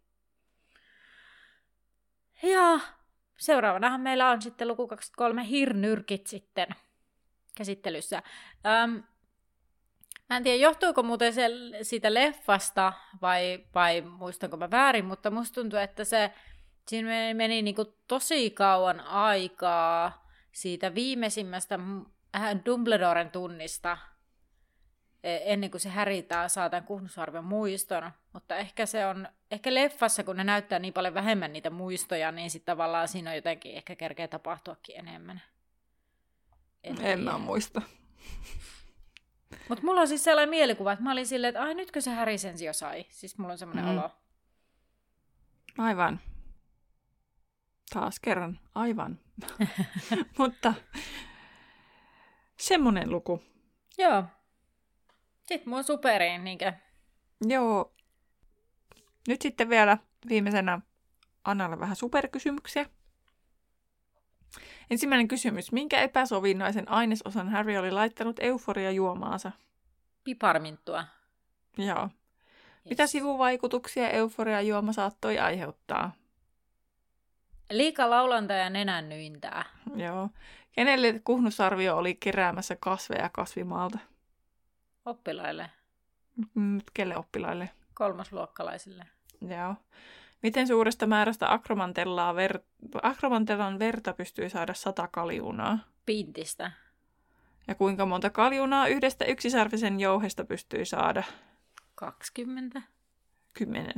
Ja seuraavanahan meillä on sitten luku 23 Hirnyrkit sitten käsittelyssä. Mä en tiedä, johtuuko muuten se siitä leffasta vai muistanko mä väärin, mutta musta tuntuu, että siinä meni niinku tosi kauan aikaa siitä viimeisimmästä Dumbledoren tunnista ennen kuin se Harry saa tämän Kuhnusarvion muiston. Mutta ehkä leffassa, kun ne näyttää niin paljon vähemmän niitä muistoja, niin sitten tavallaan siinä on jotenkin ehkä kerkeä tapahtuakin enemmän. En mä muista. Mutta mulla on siis sellainen mielikuva, että mä olin silleen, että ai nytkö se Harry sen jo sai. Siis mulla on semmoinen olo. Aivan. Taas kerran, aivan. Mutta semmonen luku. Joo. Sitten mua superiin, niinkö? Joo. Nyt sitten vielä viimeisenä Annalle vähän superkysymyksiä. Ensimmäinen kysymys. Minkä epäsovinnaisen ainesosan Harry oli laittanut euforia-juomaansa? Piparminttua. Joo. Yes. Mitä sivuvaikutuksia euforia-juoma saattoi aiheuttaa? Liika laulanta ja nenännyintää. Joo. Kenelle Kuhnusarvio oli keräämässä kasveja kasvimaalta? Oppilaille. Kelle oppilaille? Kolmasluokkalaisille. Joo. Miten suuresta määrästä akromantellan verta pystyy saada 100 kaljunaa? Pintistä. Ja kuinka monta kaljunaa yhdestä yksisarvisen jouhesta pystyy saada? 20. 10.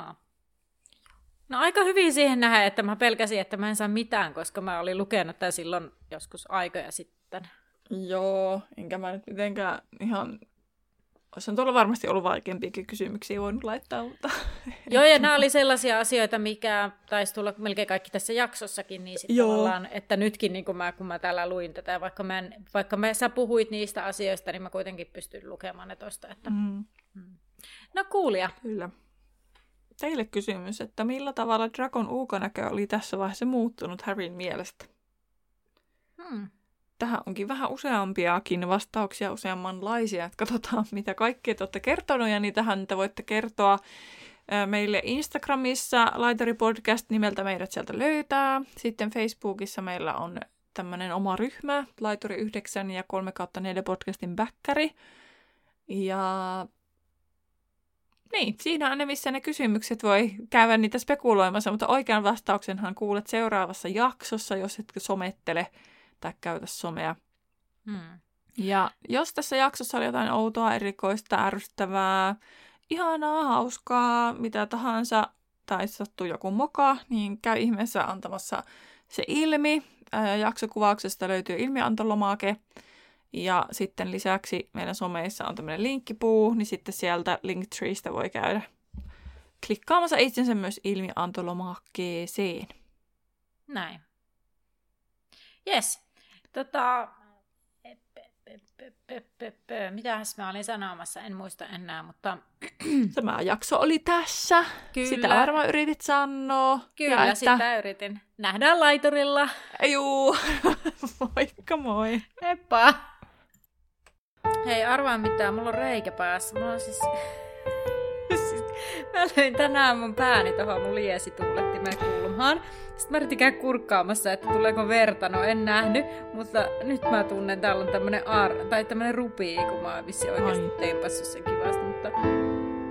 No aika hyvin siihen nähdä, että mä pelkäsin, että mä en saa mitään, koska mä olin lukenut tämän silloin joskus aikoja sitten. Joo, enkä mä nyt mitenkään ihan... Olisi tuolla varmasti ollut vaikeampiakin kysymyksiä voinut laittaa, mutta... Joo, ja nämä oli sellaisia asioita, mikä taisi tulla melkein kaikki tässä jaksossakin, niin sitten tavallaan, että nytkin niin kun mä täällä luin tätä, vaikka sä puhuit niistä asioista, niin mä kuitenkin pystyn lukemaan ne tosta. Että... No kuulija. Kyllä. Teille kysymys, että millä tavalla Dragon ulkonäkö oli tässä vaiheessa muuttunut Harryn mielestä? Tähän onkin vähän useampiakin vastauksia, useammanlaisia. Että katsotaan, mitä kaikkea te olette kertonut, ja niitähän te voitte kertoa meille Instagramissa. Laituri Podcast nimeltä meidät sieltä löytää. Sitten Facebookissa meillä on tämmöinen oma ryhmä, Laituri 9 ja 3/4 podcastin bäkkäri. Ja niin, siinä on ne, missä ne kysymykset voi käydä niitä spekuloimassa, mutta oikean vastauksenhan kuulet seuraavassa jaksossa, jos etkö somettele tai käytä somea. Ja jos tässä jaksossa oli jotain outoa, erikoista, ärsyttävää, ihanaa, hauskaa, mitä tahansa, tai sattuu joku moka, niin käy ihmeessä antamassa se ilmi. Jaksokuvauksesta löytyy ilmiantolomake. Ja sitten lisäksi meidän someissa on tämmöinen linkkipuu, niin sitten sieltä Linktreestä voi käydä klikkaamassa itsensä myös ilmiantolomakkeeseen. Näin. Jes. Mitähän mä olin sanomassa, en muista enää, mutta... Tämä jakso oli tässä. Kyllä. Sitä varmaan yritit sanoa. Kyllä, että... sitä yritin. Nähdään laiturilla. Juu, moikka moi. Heippa. Hei, arvaa mitään, mulla on reikä päässä. Mulla on siis... Mä löin tänään mun pääni tohon mun liesituulettimen kulmaan. Sitten mä yritin käydä kurkkaamassa, että tuleeko verta. No en nähnyt, mutta nyt mä tunnen, täällä on tämmönen tämmönen rupii, kun mä vissiin oikeasti teimpassut sen kivasti, mutta...